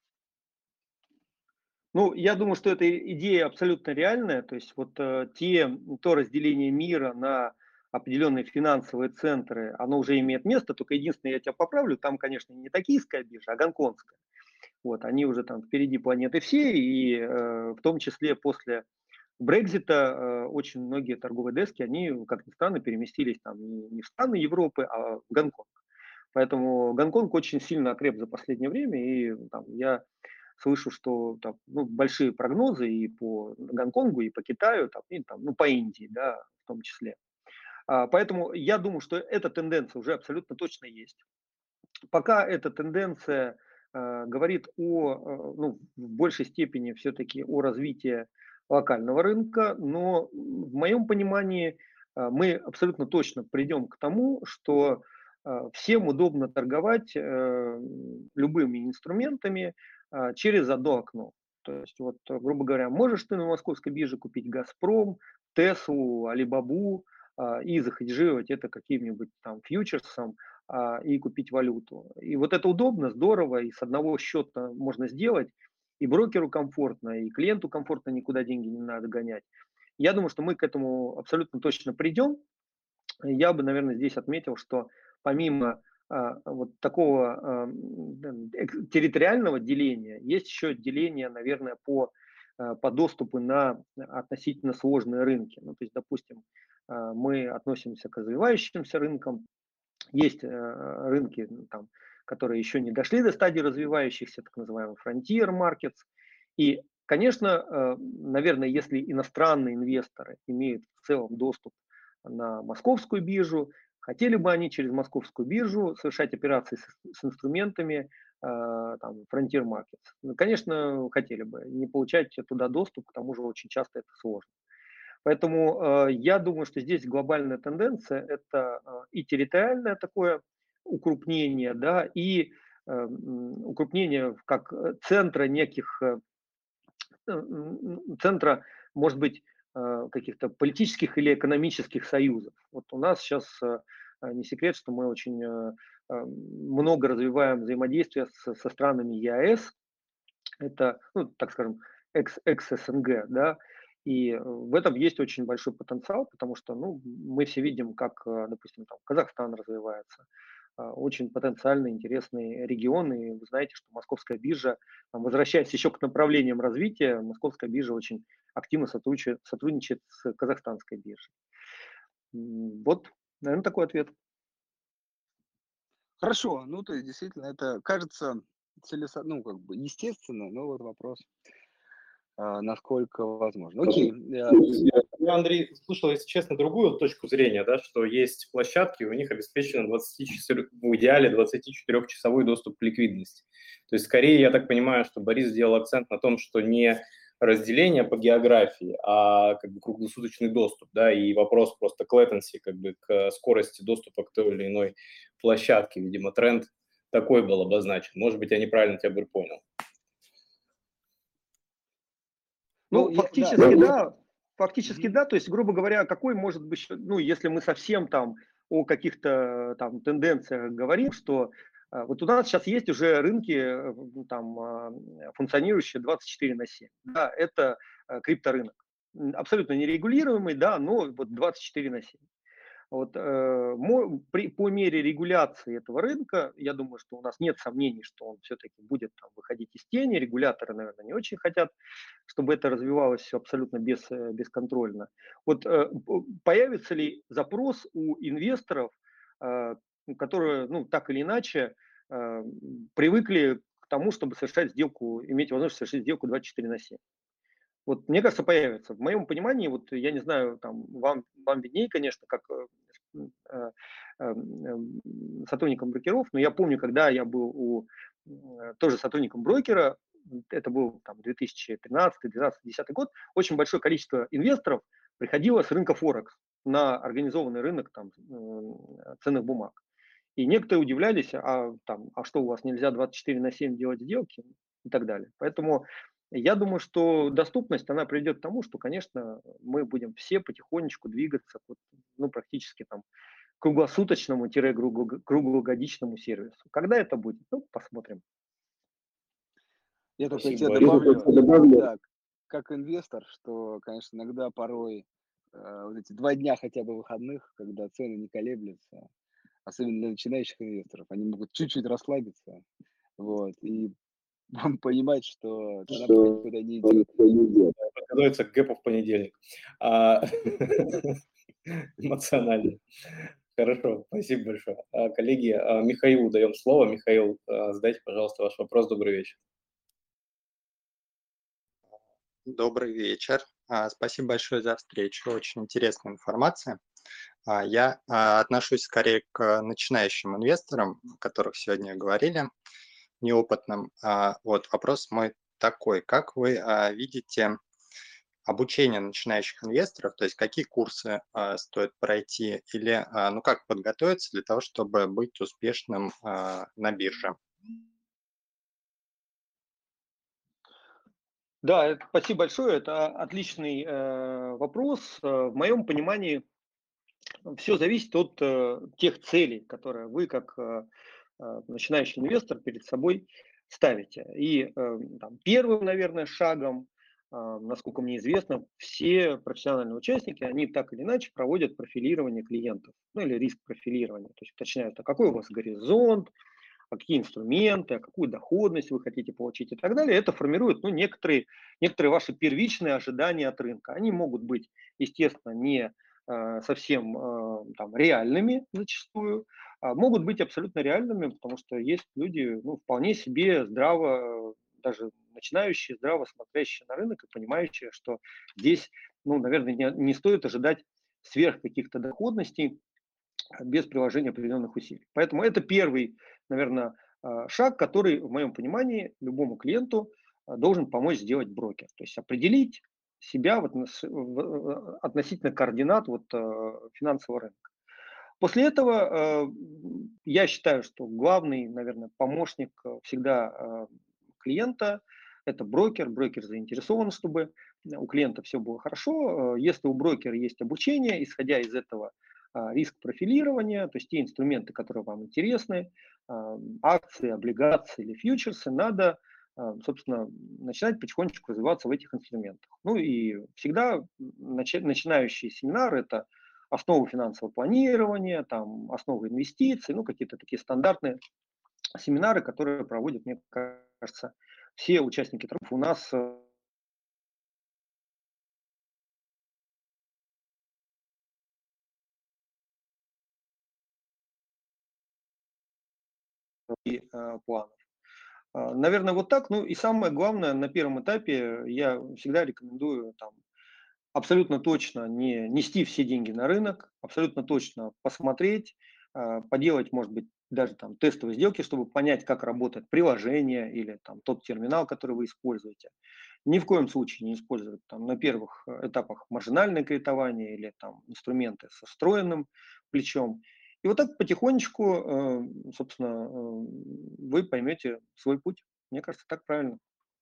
Я думаю, что эта идея абсолютно реальная. То есть то разделение мира на определенные финансовые центры, оно уже имеет место. Только единственное, я тебя поправлю, там, конечно, не токийская биржа, а гонконгская. Вот, они уже там впереди планеты всей, и в том числе после Брексита очень многие торговые дески, они, как ни странно, переместились там не в страны Европы, а в Гонконг. Поэтому Гонконг очень сильно окреп за последнее время, и я слышу, что большие прогнозы и по Гонконгу, и по Китаю, и по Индии, да, в том числе. Поэтому я думаю, что эта тенденция уже абсолютно точно есть. Пока эта тенденция говорит в большей степени все-таки о развитии локального рынка, но в моем понимании мы абсолютно точно придем к тому, что всем удобно торговать любыми инструментами через одно окно. То есть, грубо говоря, можешь ты на московской бирже купить «Газпром», «Теслу», «Алибабу» и захеджировать это каким-нибудь там фьючерсом и купить валюту. И вот это удобно, здорово, и с одного счета можно сделать, и брокеру комфортно, и клиенту комфортно, никуда деньги не надо гонять. Я думаю, что мы к этому абсолютно точно придем. Я бы, наверное, здесь отметил, что помимо вот такого территориального деления, есть еще деление, наверное, по по доступу на относительно сложные рынки. Ну, то есть, допустим, мы относимся к развивающимся рынкам, есть рынки, там, которые еще не дошли до стадии развивающихся, так называемых frontier markets. И, конечно, наверное, если иностранные инвесторы имеют в целом доступ на московскую биржу, хотели бы они через московскую биржу совершать операции с инструментами там, frontier markets. Ну, конечно, хотели бы. Не получать туда доступ, к тому же очень часто это сложно. Поэтому я думаю, что здесь глобальная тенденция – это и территориальное такое укрупнение, да, и укрупнение как центра неких, центра, может быть, каких-то политических или экономических союзов. Вот у нас сейчас не секрет, что мы очень много развиваем взаимодействие со странами ЕАЭС, это, ну, так скажем, экс-СНГ, да, и в этом есть очень большой потенциал, потому что, ну, мы все видим, как, допустим, там Казахстан развивается, очень потенциально интересные регионы. И вы знаете, что Московская биржа, там, возвращаясь еще к направлениям развития, Московская биржа очень активно сотрудничает с казахстанской биржей. Вот, наверное, такой ответ. Хорошо, ну то есть действительно это кажется ну как бы естественно, но вот вопрос, насколько возможно. Окей, Я, Андрей, слышал, если честно, другую точку зрения, да, что есть площадки, у них обеспечен в идеале 24-часовой доступ к ликвидности. То есть, скорее, я так понимаю, что Борис сделал акцент на том, что не разделение по географии, а как бы круглосуточный доступ, да, и вопрос просто к latency, как бы к скорости доступа к той или иной площадке. Видимо, тренд такой был обозначен. Может быть, я неправильно тебя бы понял. Ну, ну, фактически, да, фактически, да, то есть, грубо говоря, какой может быть, ну, если мы совсем там о каких-то там тенденциях говорим, что вот у нас сейчас есть уже рынки, там, функционирующие 24/7, да, это крипторынок, абсолютно нерегулируемый, да, но вот 24/7. Вот, по мере регуляции этого рынка, я думаю, что у нас нет сомнений, что он все-таки будет там выходить из тени. Регуляторы, наверное, не очень хотят, чтобы это развивалось все абсолютно бесконтрольно. Вот появится ли запрос у инвесторов, которые, ну, так или иначе привыкли к тому, чтобы совершать сделку, иметь возможность совершить сделку 24/7? Вот, мне кажется, появится. В моем понимании, вот я не знаю, там, вам виднее, конечно, как сотрудникам брокеров, но я помню, когда я был тоже сотрудником брокера, это был там 2013, 2012, 2010 год, очень большое количество инвесторов приходило с рынка Форекс на организованный рынок там, ценных бумаг. И некоторые удивлялись, а что у вас нельзя 24/7 делать сделки и так далее. Поэтому я думаю, что доступность, она приведет к тому, что, конечно, мы будем все потихонечку двигаться к, ну, практически там круглосуточному-круглогодичному сервису. Когда это будет? Ну, посмотрим. Я только Спасибо, тебе Борис. добавлю, да, как инвестор, что, конечно, иногда порой вот эти 2 дня хотя бы выходных, когда цены не колеблются, особенно для начинающих инвесторов, они могут чуть-чуть расслабиться, вот, и понимать, что цена пока никуда не идет. Подготовиться к гэпу в понедельник. Эмоционально. Хорошо, спасибо большое. Коллеги, Михаилу даем слово. Михаил, задайте, пожалуйста, ваш вопрос. Добрый вечер. Добрый вечер. Спасибо большое за встречу. Очень интересная информация. Я отношусь скорее к начинающим инвесторам, о которых сегодня говорили, неопытным. Вот вопрос мой такой. Как вы видите обучение начинающих инвесторов, то есть какие курсы стоит пройти или ну, как подготовиться для того, чтобы быть успешным на бирже? Да, спасибо большое. Это отличный вопрос. В моем понимании все зависит от тех целей, которые вы как начинающий инвестор перед собой ставите. И там, первым, наверное, шагом, насколько мне известно, все профессиональные участники, они так или иначе проводят профилирование клиентов, ну или риск профилирования, то есть уточняют, а какой у вас горизонт, какие инструменты, какую доходность вы хотите получить и так далее. Это формирует некоторые ваши первичные ожидания от рынка. Они могут быть, естественно, не совсем там, реальными зачастую, а могут быть абсолютно реальными, потому что есть люди вполне себе здраво, даже начинающие, здраво смотрящие на рынок и понимающие, что здесь, наверное, не стоит ожидать сверх каких-то доходностей без приложения определенных усилий. Поэтому это первый, наверное, шаг, который, в моем понимании, любому клиенту должен помочь сделать брокер. То есть определить себя относительно координат финансового рынка. После этого я считаю, что главный, наверное, помощник всегда клиента – это брокер. Брокер заинтересован, чтобы у клиента все было хорошо. Если у брокера есть обучение, исходя из этого риск профилирования, то есть те инструменты, которые вам интересны, акции, облигации или фьючерсы, надо, собственно, начинать потихонечку развиваться в этих инструментах. Ну и всегда начинающий семинар – это основы финансового планирования, там, основы инвестиций, какие-то такие стандартные семинары, которые проводят, мне кажется, все участники тренингов. У нас планов. Наверное, вот так. Ну и самое главное, на первом этапе я всегда рекомендую там, абсолютно точно не нести все деньги на рынок, абсолютно точно посмотреть, поделать, может быть, даже там тестовые сделки, чтобы понять, как работает приложение или там тот терминал, который вы используете. Ни в коем случае не использовать там на первых этапах маржинальное кредитование или там инструменты со встроенным плечом. И вот так потихонечку, собственно, вы поймете свой путь. Мне кажется, так правильно.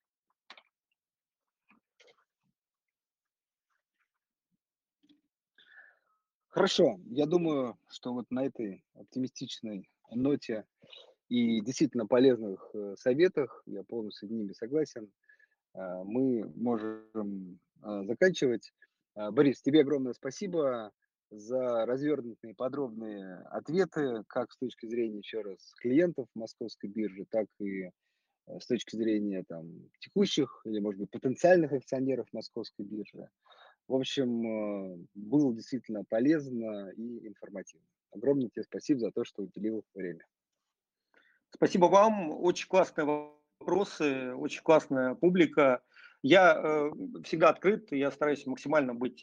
Хорошо, я думаю, что вот на этой оптимистичной ноте и действительно полезных советах, я полностью с ними согласен, мы можем заканчивать. Борис, тебе огромное спасибо за развернутые подробные ответы, как с точки зрения, еще раз, клиентов московской биржи, так и с точки зрения там, текущих или, может быть, потенциальных акционеров московской биржи. В общем, было действительно полезно и информативно. Огромное тебе спасибо за то, что уделил время. Спасибо вам. Очень классные вопросы, очень классная публика. Я всегда открыт, я стараюсь максимально быть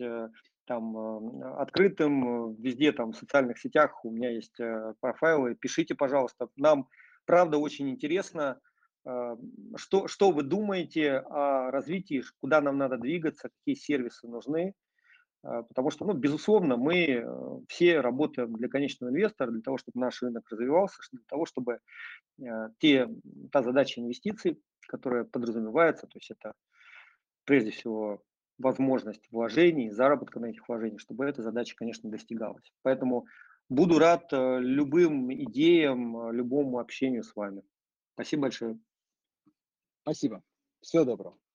открытым везде, там, в социальных сетях. У меня есть профайлы. Пишите, пожалуйста. Нам, правда, очень интересно, что вы думаете о развитии, куда нам надо двигаться, какие сервисы нужны. Потому что, безусловно, мы все работаем для конечного инвестора, для того, чтобы наш рынок развивался, для того, чтобы та задача инвестиций, которая подразумевается, то есть это прежде всего возможность вложений, заработка на этих вложениях, чтобы эта задача, конечно, достигалась. Поэтому буду рад любым идеям, любому общению с вами. Спасибо большое. Спасибо. Всего доброго.